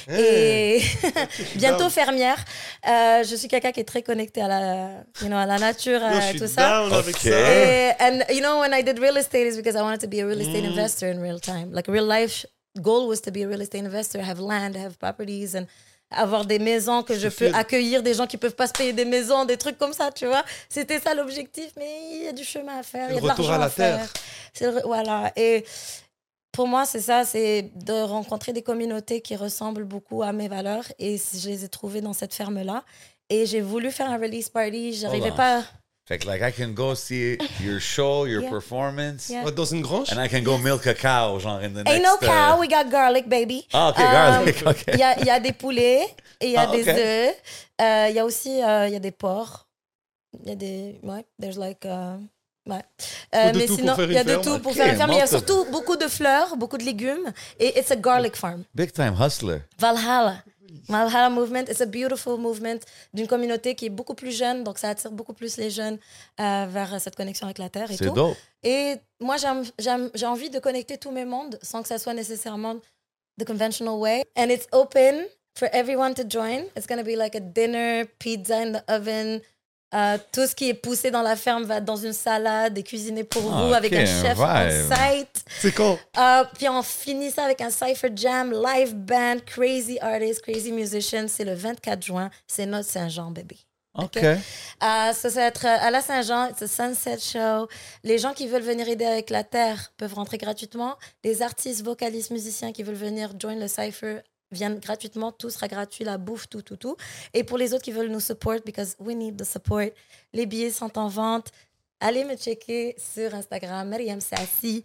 Et bientôt fermière. Je suis quelqu'un qui est très connecté à la nature, Yo, je suis tout ça. down avec Ok. ça. And you know, when I did real estate, it's because I wanted to be a real estate investor in real time. Like real life goal was to be a real estate investor, have land, have properties, and avoir des maisons que je peux accueillir des gens qui peuvent pas se payer des maisons, des trucs comme ça, tu vois. C'était ça l'objectif, mais il y a du chemin à faire, il y a de retour l'argent à la faire. Voilà. Et pour moi, c'est ça, c'est de rencontrer des communautés qui ressemblent beaucoup à mes valeurs. Et je les ai trouvées dans cette ferme-là. Et j'ai voulu faire un release party. J'arrivais Hold on. pas... Fait que, like, I can go see your show, your Yeah. performance, Yeah. Dans une grange? and I can go milk a cow, genre, in the next... Ain't no cow, we got garlic, baby. Ah, OK, garlic, OK. Il y a des poulets et il y a des ok. œufs. Il y a aussi il y a des porcs. Il y a des... Ouais, there's like... ouais. de Mais tout pour sinon, faire il y a une de ferme. tout pour Ok, faire une ferme. Il y a multiple. surtout beaucoup de fleurs, beaucoup de légumes. Et it's a garlic farm. Big time hustler. Valhalla. Valhalla Movement, it's a beautiful movement d'une communauté qui est beaucoup plus jeune, donc ça attire beaucoup plus les jeunes vers cette connexion avec la terre et C'est tout. dope. Et moi, j'ai envie de connecter tous mes mondes sans que ça soit nécessairement the conventional way. And it's open for everyone to join. It's going to be like a dinner, pizza in the oven. Tout ce qui est poussé dans la ferme va dans une salade et cuisiné pour vous avec un chef vibe. on site. C'est quand? Puis on finit ça avec un cypher jam, live band, crazy artists, crazy musicians. C'est le 24 juin. C'est notre Saint-Jean, baby. OK. Ça va être à la Saint-Jean, it's a sunset show. Les gens qui veulent venir aider avec la terre peuvent rentrer gratuitement. Les artistes, vocalistes, musiciens qui veulent venir join le cypher viennent gratuitement. Tout sera gratuit, la bouffe, tout. Et pour les autres qui veulent nous support, because we need the support, les billets sont en vente. Allez me checker sur Instagram, Mariam Sassi.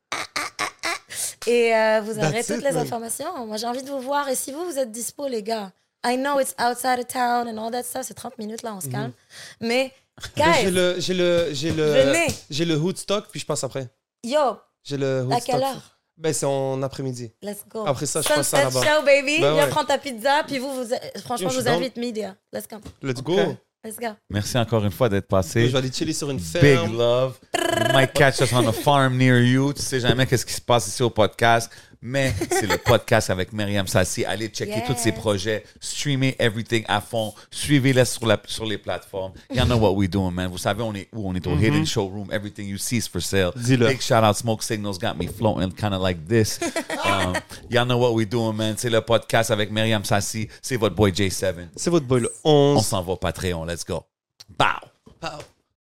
Et vous aurez That's toutes it, les man. informations. Moi, j'ai envie de vous voir. Et si vous êtes dispo, les gars, I know it's outside of town and all that stuff. C'est 30 minutes, là, on se calme. Mais, guys, venez. J'ai le Hoodstock, puis je passe après. Yo, J'ai le Hoodstock. à quelle heure? Ben, c'est en après-midi. Let's go. Après ça, je passe ça Sunset là-bas. show, baby. Ben Viens ouais. prendre ta pizza. Puis franchement, Yo, je je vous suis invite media. Let's go. Let's go. Ok. Let's go. Merci encore une fois d'être passé. Je vais aller chiller sur une Big ferme. love. You might catch us on a farm near you. Tu sais jamais qu'est-ce qui se passe ici au podcast, mais c'est le podcast avec Mariam Sassi. Allez checker Yes. tous ses projets. Streamez everything à fond. Suivez-les sur les plateformes. You know what we doing, man. Vous savez, on est où? On est au Hidden Showroom. Everything you see is for sale. Dis-le. Big shout out Smoke Signals got me floating kind of like this. You know what we doing, man. C'est le podcast avec Mariam Sassi. C'est votre boy J7. C'est votre boy le On 11. s'en va Patreon. Let's go. Bow. Pow.